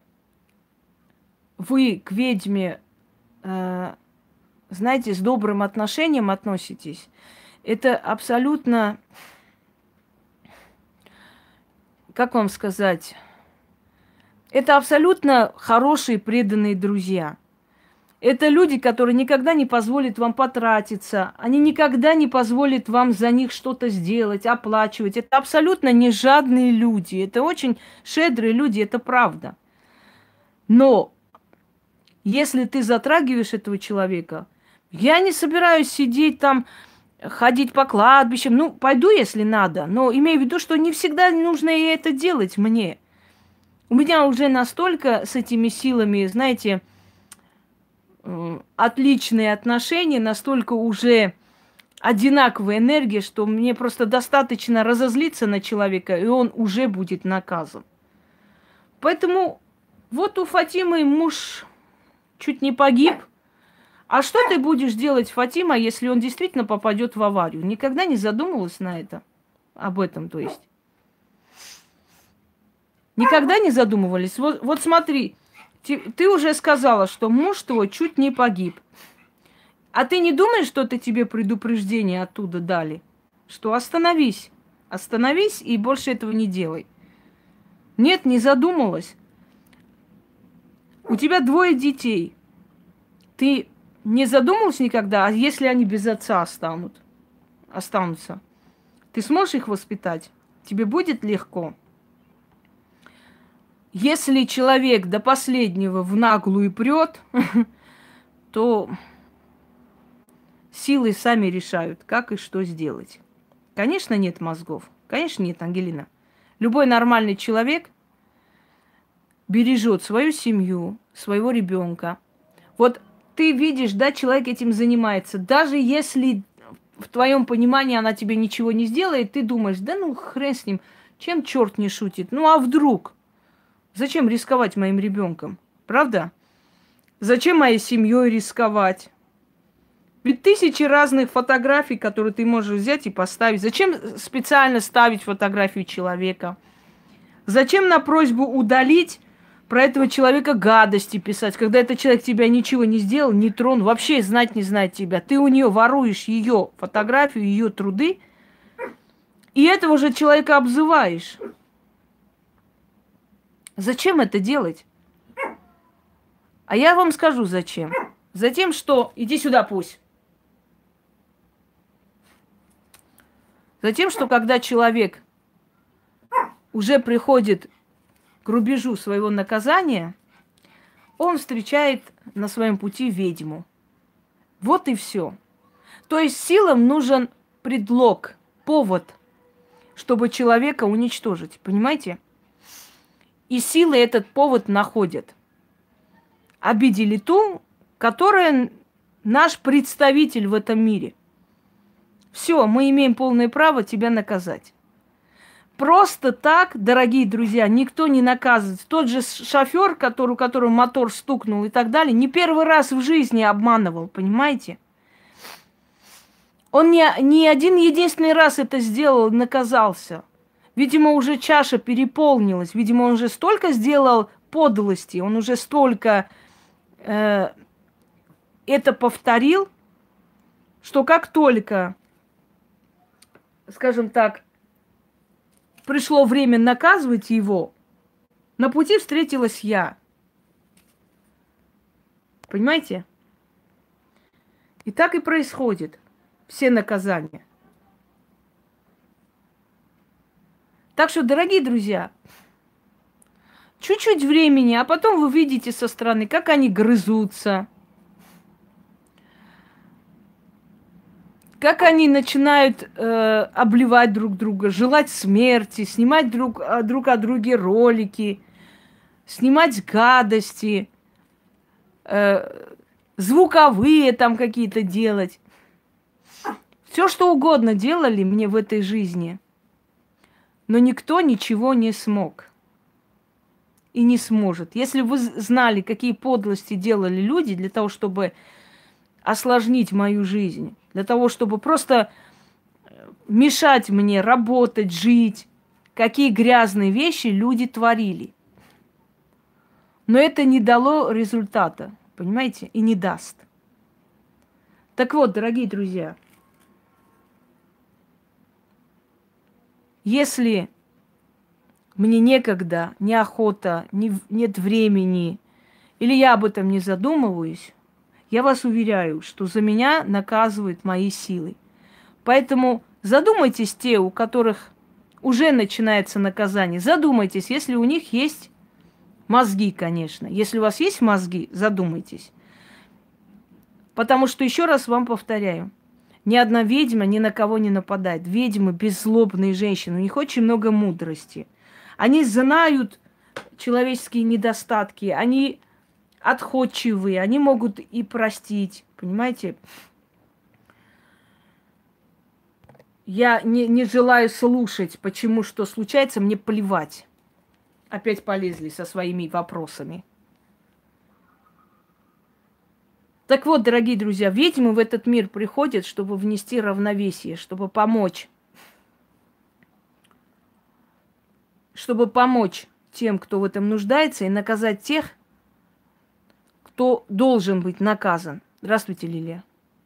вы к ведьме, знаете, с добрым отношением относитесь, это абсолютно, как вам сказать, это абсолютно хорошие, преданные друзья. Это люди, которые никогда не позволят вам потратиться, они никогда не позволят вам за них что-то сделать, оплачивать. Это абсолютно не жадные люди, это очень щедрые люди, это правда. Но если ты затрагиваешь этого человека, я не собираюсь сидеть там, ходить по кладбищам. Ну, пойду, если надо, но имею в виду, что не всегда нужно и это делать мне. У меня уже настолько с этими силами, знаете, отличные отношения, настолько уже одинаковая энергия, что мне просто достаточно разозлиться на человека, и он уже будет наказан. Поэтому вот у Фатимы муж чуть не погиб. А что ты будешь делать, Фатима, если он действительно попадет в аварию? Никогда не задумывалась об этом, то есть. Никогда не задумывались? Вот смотри, ты уже сказала, что муж твой чуть не погиб. А ты не думаешь, что это тебе предупреждение оттуда дали? Что остановись. Остановись и больше этого не делай. Нет, не задумалась. У тебя 2 детей. Ты не задумывалась никогда, а если они без отца останутся? Ты сможешь их воспитать? Тебе будет легко? Если человек до последнего в наглую прет, то силы сами решают, как и что сделать. Конечно, нет мозгов. Конечно, нет, Ангелина. Любой нормальный человек бережет свою семью, своего ребенка. Вот ты видишь, да, человек этим занимается. Даже если в твоем понимании она тебе ничего не сделает, ты думаешь, да ну хрен с ним, Чем черт не шутит? Ну а вдруг? Зачем рисковать моим ребенком? Правда? Зачем моей семьей рисковать? Ведь тысячи разных фотографий, которые ты можешь взять и поставить. Зачем специально ставить фотографию человека? Зачем на просьбу удалить про этого человека гадости писать, когда этот человек тебя ничего не сделал, не тронул, вообще знать не знает тебя. Ты у нее воруешь ее фотографию, ее труды, и этого же человека обзываешь. Зачем это делать? А я вам скажу, зачем. Затем, что... Иди сюда, пусть. Затем, что когда человек уже приходит к рубежу своего наказания, он встречает на своем пути ведьму. Вот и все. То есть силам нужен предлог, повод, чтобы человека уничтожить. Понимаете? И силы этот повод находят. Обидели ту, которая наш представитель в этом мире. Все, мы имеем полное право тебя наказать. Просто так, дорогие друзья, никто не наказывает. Тот же шофер, у которого мотор стукнул и так далее, не первый раз в жизни обманывал, понимаете? Он не один единственный раз это сделал, наказался. Видимо, уже чаша переполнилась. Видимо, он уже столько сделал подлости, он уже столько это повторил, что как только, скажем так, пришло время наказывать его, на пути встретилась я. Понимаете? И так и происходит. Все наказания. Так что, дорогие друзья, чуть-чуть времени, а потом вы видите со стороны, как они грызутся, как они начинают обливать друг друга, желать смерти, снимать друг о друге ролики, снимать гадости, звуковые там какие-то делать. Все, что угодно делали мне в этой жизни, но никто ничего не смог и не сможет. Если вы знали, какие подлости делали люди для того, чтобы осложнить мою жизнь, для того, чтобы просто мешать мне работать, жить, какие грязные вещи люди творили. Но это не дало результата, понимаете, и не даст. Так вот, дорогие друзья, если мне некогда, неохота, нет времени, или я об этом не задумываюсь, я вас уверяю, что за меня наказывают мои силы. Поэтому задумайтесь те, у которых уже начинается наказание. Задумайтесь, если у них есть мозги, конечно. Если у вас есть мозги, задумайтесь. Потому что, еще раз вам повторяю, ни одна ведьма ни на кого не нападает. Ведьмы беззлобные женщины, у них очень много мудрости. Они знают человеческие недостатки, они отходчивые, они могут и простить, понимаете? Я не желаю слушать, почему что случается, мне плевать. Опять полезли со своими вопросами. Так вот, дорогие друзья, ведьмы в этот мир приходят, чтобы внести равновесие, чтобы помочь тем, кто в этом нуждается, и наказать тех, кто должен быть наказан. Здравствуйте, Лилия.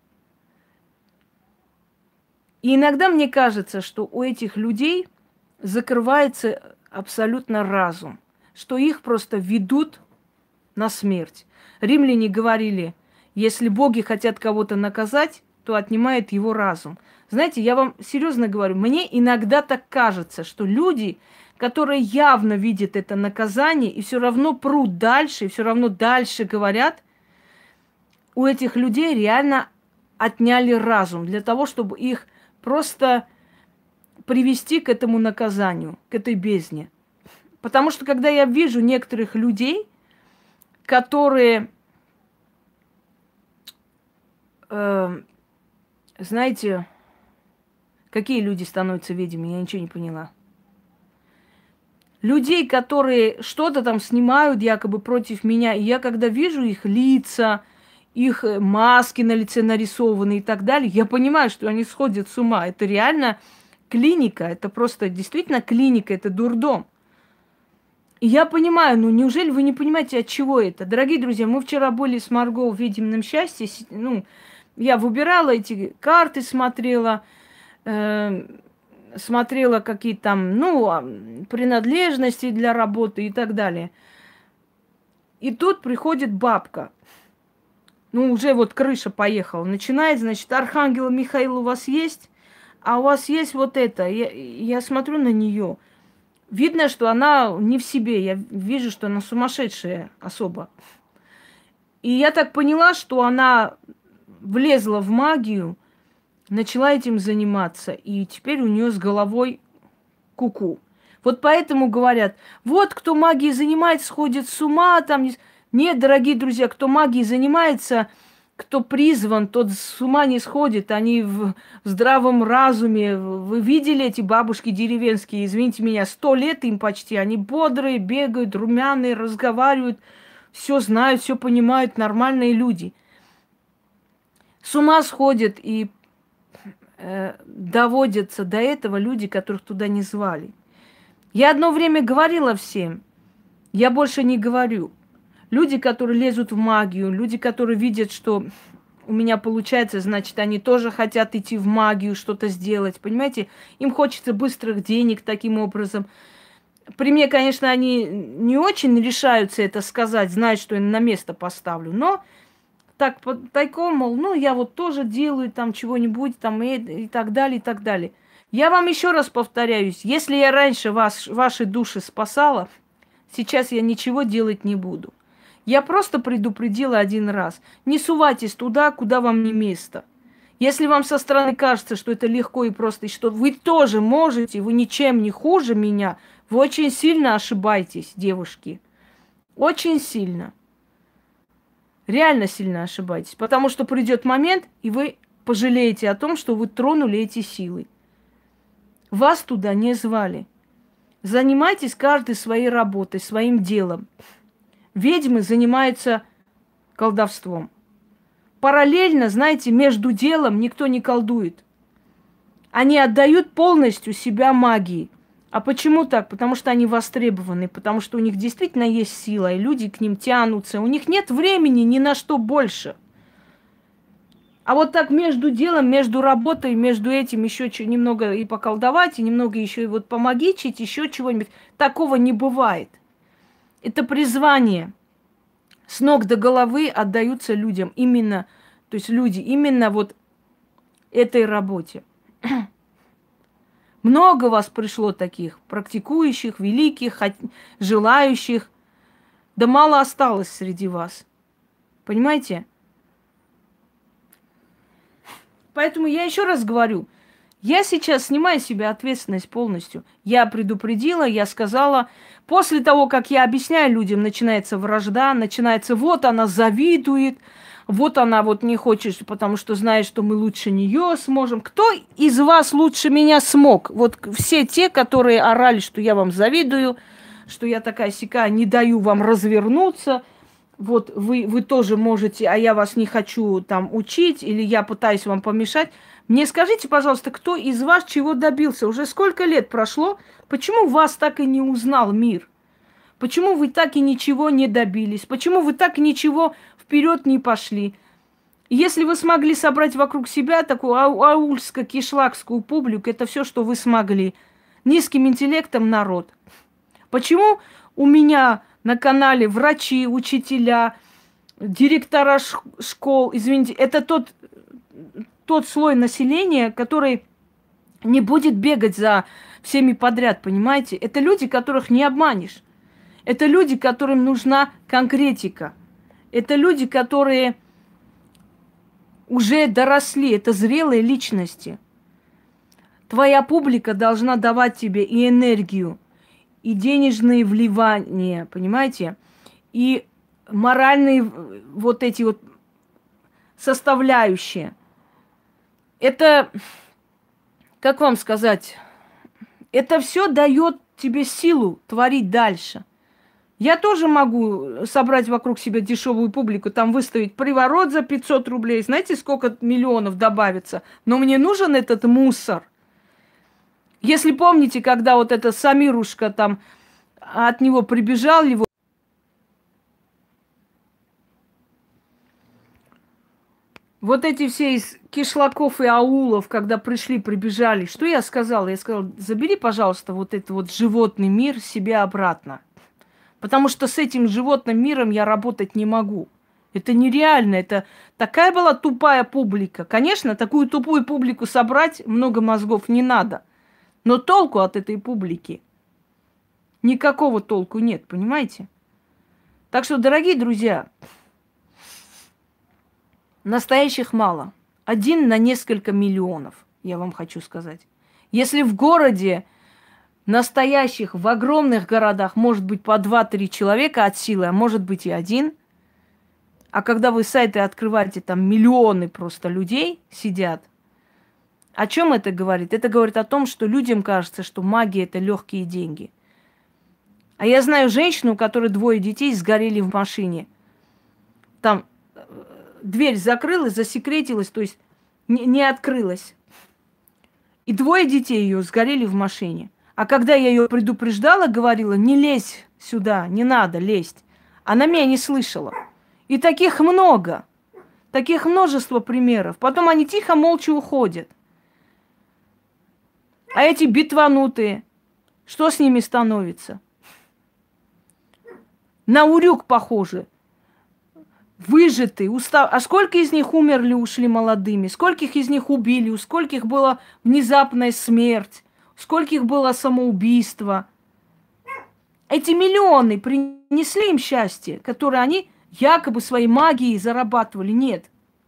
И иногда мне кажется, что у этих людей закрывается абсолютно разум, что их просто ведут на смерть. Римляне говорили, если боги хотят кого-то наказать, то отнимает его разум. Знаете, я вам серьезно говорю, мне иногда так кажется, что люди, которые явно видят это наказание и все равно прут дальше, и все равно дальше говорят, у этих людей реально отняли разум для того, чтобы их просто привести к этому наказанию, к этой бездне. Потому что когда я вижу некоторых людей, которые, знаете, какие люди становятся ведьмами, я ничего не поняла. людей, которые что-то там снимают якобы против меня, и я когда вижу их лица, их маски на лице нарисованы и так далее, я понимаю, что они сходят с ума. Это реально клиника, это просто действительно клиника, это дурдом. И я понимаю, ну неужели вы не понимаете, от чего это? Дорогие друзья, мы вчера были с Марго в «Видимом счастье». Ну, я выбирала эти карты, смотрела, смотрела какие там, ну, принадлежности для работы и так далее. И тут приходит бабка. Ну, уже вот крыша поехала. Начинает, значит, архангел Михаил у вас есть? А у вас есть вот это. Я смотрю на нее. Видно, что она не в себе. Я вижу, что она сумасшедшая особа. И я так поняла, что она влезла в магию, начала этим заниматься. И теперь у нее с головой куку. Вот поэтому говорят, вот кто магией занимается, сходит с ума. Там... Нет, дорогие друзья, кто магией занимается, кто призван, тот с ума не сходит. Они в здравом разуме. Вы видели эти бабушки деревенские? Извините меня, 100 лет им почти. Они бодрые, бегают, румяные, разговаривают, все знают, все понимают, нормальные люди. С ума сходят и доводятся до этого люди, которых туда не звали. Я одно время говорила всем, я больше не говорю. Люди, которые лезут в магию, люди, которые видят, что у меня получается, значит, они тоже хотят идти в магию, что-то сделать, понимаете? Им хочется быстрых денег таким образом. При мне, конечно, они не очень решаются это сказать, знают, что я на место поставлю, но так тайком, мол, ну, я вот тоже делаю там чего-нибудь там и так далее, и так далее. Я вам еще раз повторяюсь, если я раньше ваши души спасала, сейчас я ничего делать не буду. Я просто предупредила один раз. Не сувайтесь туда, куда вам не место. Если вам со стороны кажется, что это легко и просто, и что вы тоже можете, вы ничем не хуже меня, вы очень сильно ошибаетесь, девушки. Очень сильно. Реально сильно ошибаетесь. Потому что придет момент, и вы пожалеете о том, что вы тронули эти силы. Вас туда не звали. Занимайтесь каждый своей работой, своим делом. Ведьмы занимаются колдовством. Параллельно, знаете, между делом никто не колдует. Они отдают полностью себя магии. А почему так? Потому что они востребованы, потому что у них действительно есть сила, и люди к ним тянутся. У них нет времени ни на что больше. А вот так между делом, между работой, между этим еще немного и поколдовать, и немного еще и вот помогичить, еще чего-нибудь. Такого не бывает. Это призвание. С ног до головы отдаются людям. Именно, то есть люди именно вот этой работе. Много вас пришло таких, практикующих, великих, желающих. Да мало осталось среди вас. Понимаете? Поэтому я еще раз говорю, я сейчас снимаю с себя ответственность полностью. Я предупредила, я сказала. После того, как я объясняю людям, начинается вражда, начинается вот она завидует, вот она вот не хочет, потому что знает, что мы лучше нее сможем. Кто из вас лучше меня смог? Вот все те, которые орали, что я вам завидую, что я такая сякая, не даю вам развернуться. Вот вы тоже можете, а я вас не хочу там учить, или я пытаюсь вам помешать. Мне скажите, пожалуйста, кто из вас чего добился? Уже сколько лет прошло? Почему вас так и не узнал мир? Почему вы так и ничего не добились? Почему вы так и ничего вперед не пошли? Если вы смогли собрать вокруг себя такую аульско-кишлакскую публику, это все, что вы смогли. Низким интеллектом народ. Почему у меня на канале врачи, учителя, директора школ, извините, это тот слой населения, который не будет бегать за всеми подряд, понимаете? Это люди, которых не обманешь. Это люди, которым нужна конкретика. Это люди, которые уже доросли, это зрелые личности. Твоя публика должна давать тебе и энергию, и денежные вливания, понимаете? И моральные вот эти вот составляющие. Это, как вам сказать, это все дает тебе силу творить дальше. Я тоже могу собрать вокруг себя дешевую публику, там выставить приворот за 500 рублей. Знаете, сколько миллионов добавится? Но мне нужен этот мусор. Если помните, когда вот эта Самирушка там от него прибежал, его... Вот эти все из кишлаков и аулов, когда пришли, прибежали, что я сказала? Я сказала, забери, пожалуйста, вот этот вот животный мир себе обратно. Потому что с этим животным миром я работать не могу. Это нереально. Это такая была тупая публика. Конечно, такую тупую публику собрать много мозгов не надо. Но толку от этой публики никакого толку нет, понимаете? Так что, дорогие друзья, настоящих мало. 1 на несколько миллионов, я вам хочу сказать. Если в городе настоящих, в огромных городах может быть по 2-3 человека от силы, а может быть и 1. А когда вы сайты открываете, там миллионы просто людей сидят. О чем это говорит? Это говорит о том, что людям кажется, что магия – это легкие деньги. А я знаю женщину, у которой 2 детей сгорели в машине. Там дверь закрылась, засекретилась, то есть не открылась. И 2 детей ее сгорели в машине. А когда я ее предупреждала, говорила, не лезь сюда, не надо лезть, она меня не слышала. И таких много. Таких множество примеров. Потом они тихо, молча уходят. А эти битванутые, что с ними становится? На урюк похожи. Выжатые, устав. А сколько из них умерли, ушли молодыми? Скольких из них убили? У скольких была внезапная смерть? Скольких было самоубийство? Эти миллионы принесли им счастье, которое они якобы своей магией зарабатывали. Нет.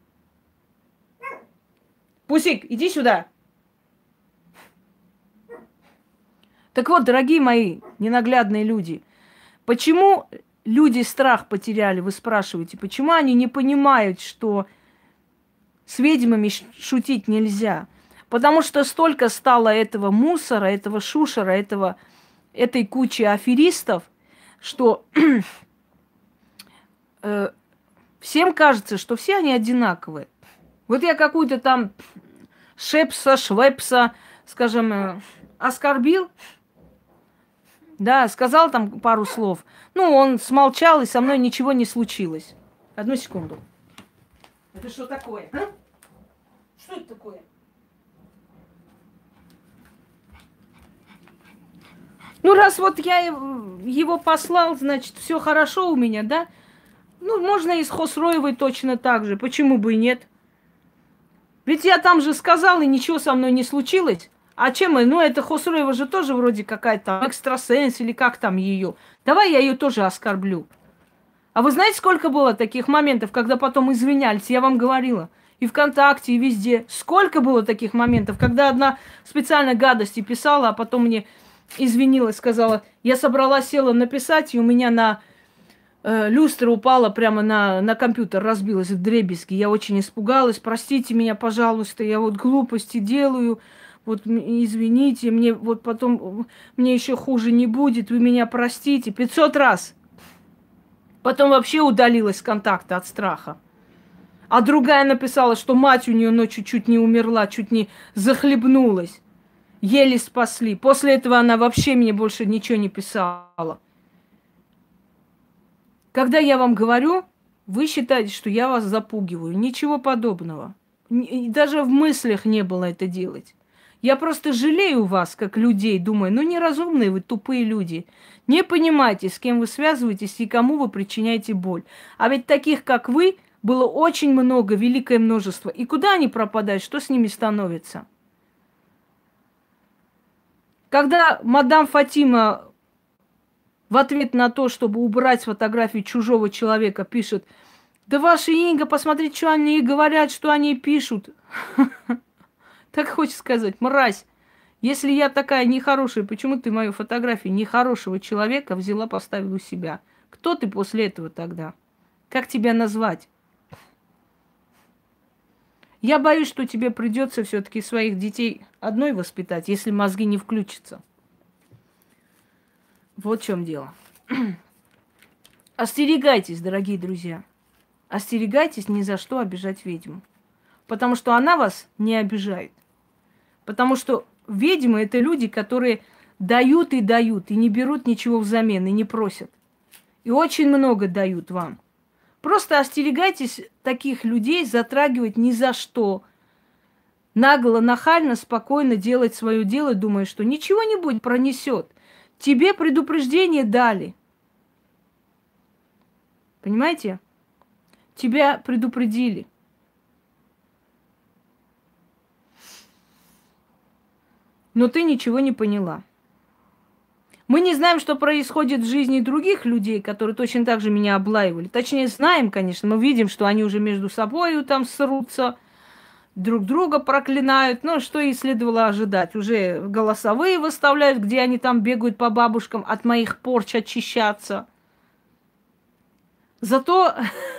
Пусик, иди сюда. Так вот, дорогие мои ненаглядные люди, почему люди страх потеряли, вы спрашиваете, почему они не понимают, что с ведьмами шутить нельзя? Потому что столько стало этого мусора, этого шушера, этой кучи аферистов, что всем кажется, что все они одинаковые. Вот я какую-то там шепса, швепса, скажем, оскорбил, да, сказал там пару слов. Ну, он смолчал, и со мной ничего не случилось. Одну секунду. Это что такое? А? Что это такое? Ну, раз вот я его послал, значит, все хорошо у меня, да? Ну, можно и с Хосроевой точно так же. Почему бы и нет? Ведь я там же сказал, и ничего со мной не случилось. А чем мы? Ну, это Хосроева же тоже вроде какая-то экстрасенс или как там ее. Давай я ее тоже оскорблю. А вы знаете, сколько было таких моментов, когда потом извинялись? Я вам говорила. И ВКонтакте, и везде. Сколько было таких моментов, когда одна специально гадости писала, а потом мне извинилась, сказала, я собралась, села написать, и у меня на люстра упала прямо на компьютер, разбилась вдребезги. Я очень испугалась. Простите меня, пожалуйста, я вот глупости делаю. Вот извините, мне вот потом, мне еще хуже не будет, вы меня простите. 500 раз. Потом вообще удалилась с контакта от страха. А другая написала, что мать у нее ночью чуть не умерла, чуть не захлебнулась. Еле спасли. После этого она вообще мне больше ничего не писала. Когда я вам говорю, вы считаете, что я вас запугиваю. Ничего подобного. Даже в мыслях не было это делать. Я просто жалею вас, как людей, думаю, ну неразумные вы, тупые люди. Не понимаете, с кем вы связываетесь и кому вы причиняете боль. А ведь таких, как вы, было очень много, великое множество. И куда они пропадают, что с ними становится? Когда мадам Фатима в ответ на то, чтобы убрать фотографию чужого человека, пишет, да ваша Инга, посмотрите, что они говорят, что они пишут. Так хочется сказать, мразь, если я такая нехорошая, почему ты мою фотографию нехорошего человека взяла, поставила у себя? Кто ты после этого тогда? Как тебя назвать? Я боюсь, что тебе придется все-таки своих детей одной воспитать, если мозги не включатся. Вот в чем дело. Остерегайтесь, дорогие друзья. Остерегайтесь ни за что обижать ведьму. Потому что она вас не обижает. Потому что ведьмы – это люди, которые дают, и не берут ничего взамен, и не просят. И очень много дают вам. Просто остерегайтесь таких людей затрагивать ни за что. Нагло, нахально, спокойно делать свое дело, думая, что ничего не будет, пронесет. Тебе предупреждение дали. Понимаете? Тебя предупредили. Но ты ничего не поняла. Мы не знаем, что происходит в жизни других людей, которые точно так же меня облаивали. Точнее, знаем, конечно, мы видим, что они уже между собой там срутся, друг друга проклинают. Ну, что и следовало ожидать. Уже голосовые выставляют, где они там бегают по бабушкам от моих порч очищаться. Зато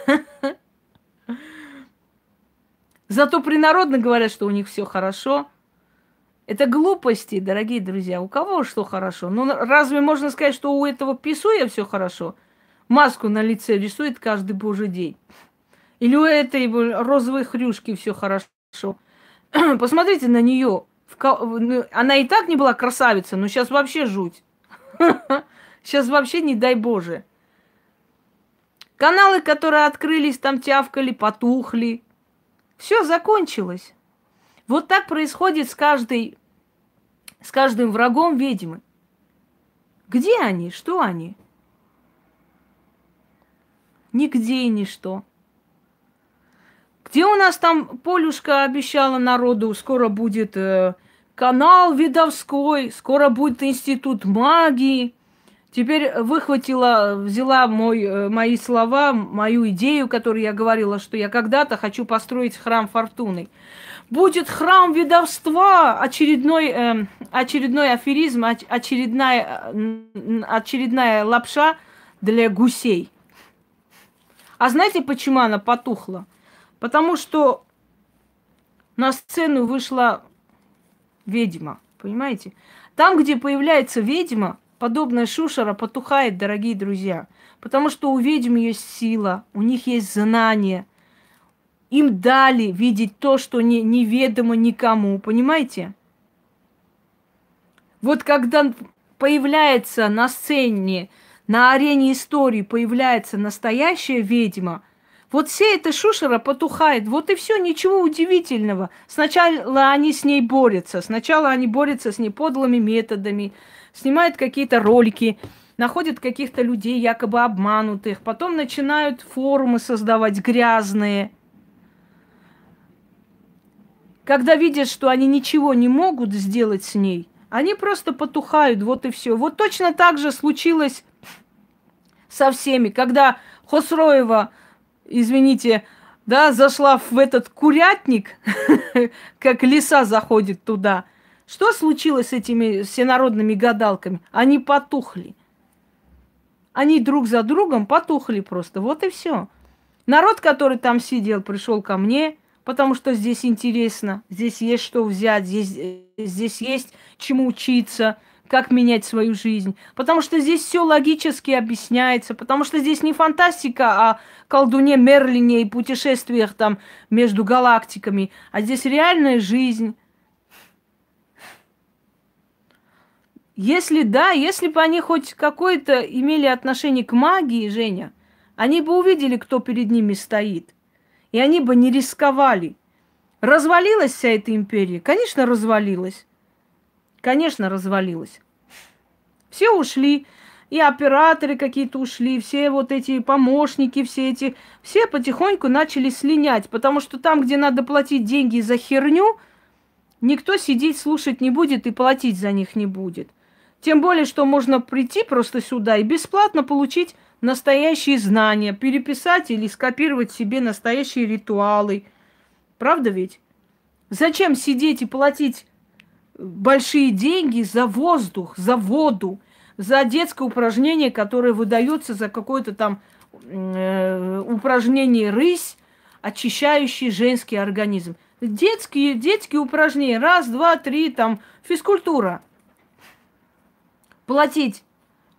принародно говорят, что у них все хорошо. Это глупости, дорогие друзья. У кого что хорошо? Ну, разве можно сказать, что у этого писуя все хорошо? Маску на лице рисует каждый божий день. Или у этой розовой хрюшки все хорошо. Посмотрите на нее. Она и так не была красавица, но сейчас вообще жуть. Сейчас вообще не дай Боже. Каналы, которые открылись, там тявкали, потухли. Все закончилось. Вот так происходит с каждым врагом ведьмы. Где они? Что они? Нигде и ничто. Где у нас там Полюшка обещала народу, скоро будет канал видовской, скоро будет институт магии. Теперь взяла мои слова, мою идею, которую я говорила, что я когда-то хочу построить храм Фортуны. Будет храм ведовства, очередной аферизм, очередная лапша для гусей. А знаете, почему она потухла? Потому что на сцену вышла ведьма, понимаете? Там, где появляется ведьма, подобная шушера потухает, дорогие друзья. Потому что у ведьм есть сила, у них есть знания. Им дали видеть то, что неведомо никому, понимаете? Вот когда появляется на сцене, на арене истории появляется настоящая ведьма, вот вся эта шушера потухает. Вот и все, ничего удивительного. Сначала они с ней борются. Сначала они борются с ней подлыми методами, снимают какие-то ролики, находят каких-то людей якобы обманутых, потом начинают форумы создавать грязные. Когда видят, что они ничего не могут сделать с ней, они просто потухают, вот и все. Вот точно так же случилось со всеми, когда Хосроева, извините, да, зашла в этот курятник, как лиса заходит туда. Что случилось с этими всенародными гадалками? Они потухли. Они друг за другом потухли просто. Вот и все. Народ, который там сидел, пришел ко мне, потому что здесь интересно, здесь есть что взять, здесь есть чему учиться, как менять свою жизнь. Потому что здесь все логически объясняется, потому что здесь не фантастика о колдуне Мерлине и путешествиях там между галактиками, а здесь реальная жизнь. Если бы они хоть какое-то имели отношение к магии, Женя, они бы увидели, кто перед ними стоит. И они бы не рисковали. Развалилась вся эта империя? Конечно, развалилась. Конечно, развалилась. Все ушли. И операторы какие-то ушли, все вот эти помощники, все потихоньку начали слинять. Потому что там, где надо платить деньги за херню, никто сидеть, слушать не будет и платить за них не будет. Тем более, что можно прийти просто сюда и бесплатно получить настоящие знания, переписать или скопировать себе настоящие ритуалы. Правда ведь? Зачем сидеть и платить большие деньги за воздух, за воду, за детское упражнение, которое выдается за какое-то там упражнение рысь, очищающий женский организм. Детские упражнения. Раз, два, три, там, физкультура. Платить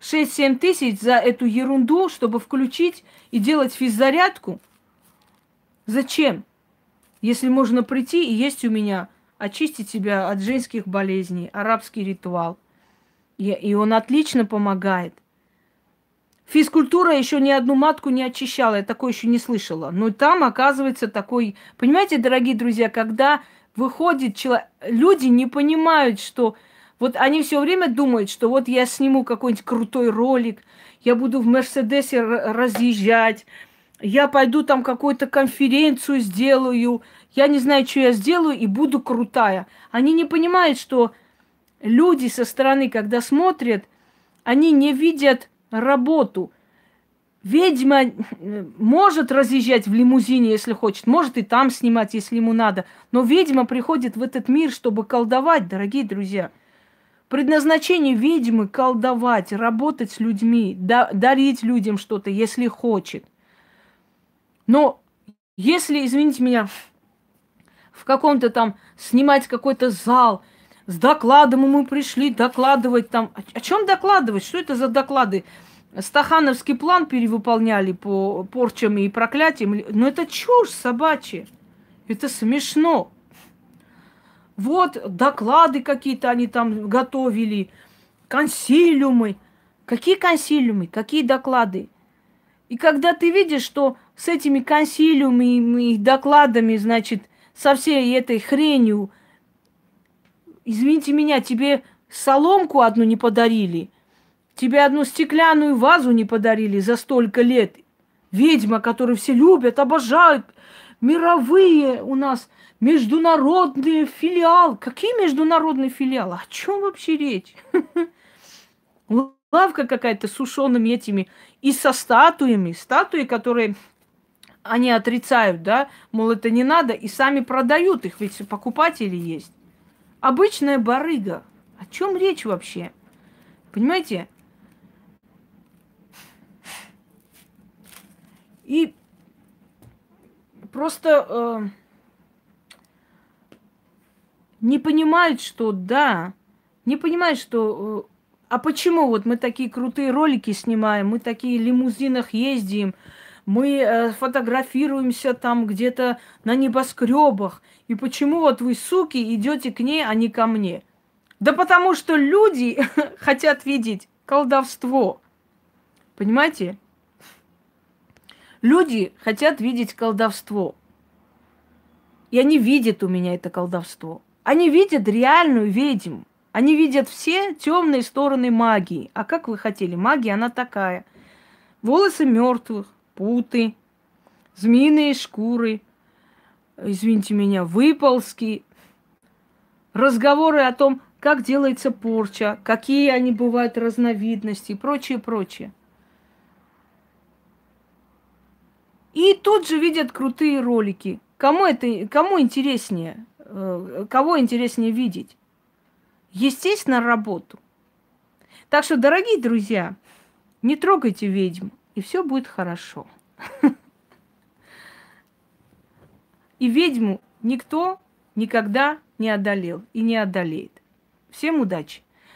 6-7 тысяч за эту ерунду, чтобы включить и делать физзарядку? Зачем? Если можно прийти, и есть у меня очистить себя от женских болезней, арабский ритуал. И он отлично помогает. Физкультура еще ни одну матку не очищала, я такое еще не слышала. Но там, оказывается, такой... Понимаете, дорогие друзья, когда выходит человек... Люди не понимают, что... Вот они все время думают, что вот я сниму какой-нибудь крутой ролик, я буду в Мерседесе разъезжать, я пойду там какую-то конференцию сделаю, я не знаю, что я сделаю, и буду крутая. Они не понимают, что люди со стороны, когда смотрят, они не видят работу. Ведьма может разъезжать в лимузине, если хочет, может и там снимать, если ему надо. Но ведьма приходит в этот мир, чтобы колдовать, дорогие друзья. Предназначение ведьмы – колдовать, работать с людьми, дарить людям что-то, если хочет. Но если, извините меня, в каком-то там снимать какой-то зал, с докладом мы пришли докладывать там. О чем докладывать? Что это за доклады? Стахановский план перевыполняли по порчам и проклятиям. Но это чушь собачья. Это смешно. Вот доклады какие-то они там готовили, консилиумы. Какие консилиумы? Какие доклады? И когда ты видишь, что с этими консилиумами и докладами, значит, со всей этой хренью, извините меня, тебе соломку одну не подарили, тебе одну стеклянную вазу не подарили за столько лет. Ведьма, которую все любят, обожают, мировые у нас международные филиалы. Какие международные филиалы? О чем вообще речь? Лавка какая-то с сушеными этими и со статуями. Статуи, которые они отрицают, да, мол, это не надо, и сами продают их, ведь покупатели есть. Обычная барыга. О чем речь вообще? Понимаете? И просто не понимают, что да, не понимают, что... а почему вот мы такие крутые ролики снимаем, мы такие в лимузинах ездим, мы фотографируемся там где-то на небоскребах. И почему вот вы, суки, идете к ней, а не ко мне? Да потому что люди хотят видеть колдовство. Понимаете? Люди хотят видеть колдовство. И они видят у меня это колдовство. Они видят реальную ведьму. Они видят все темные стороны магии. А как вы хотели? Магия, она такая. Волосы мертвых, путы, змеиные шкуры, извините меня, выползки, разговоры о том, как делается порча, какие они бывают разновидности и прочее, прочее. И тут же видят крутые ролики. Кому интереснее? Кого интереснее видеть? Естественно, работу. Так что, дорогие друзья, не трогайте ведьм, и все будет хорошо. И ведьму никто никогда не одолел и не одолеет. Всем удачи!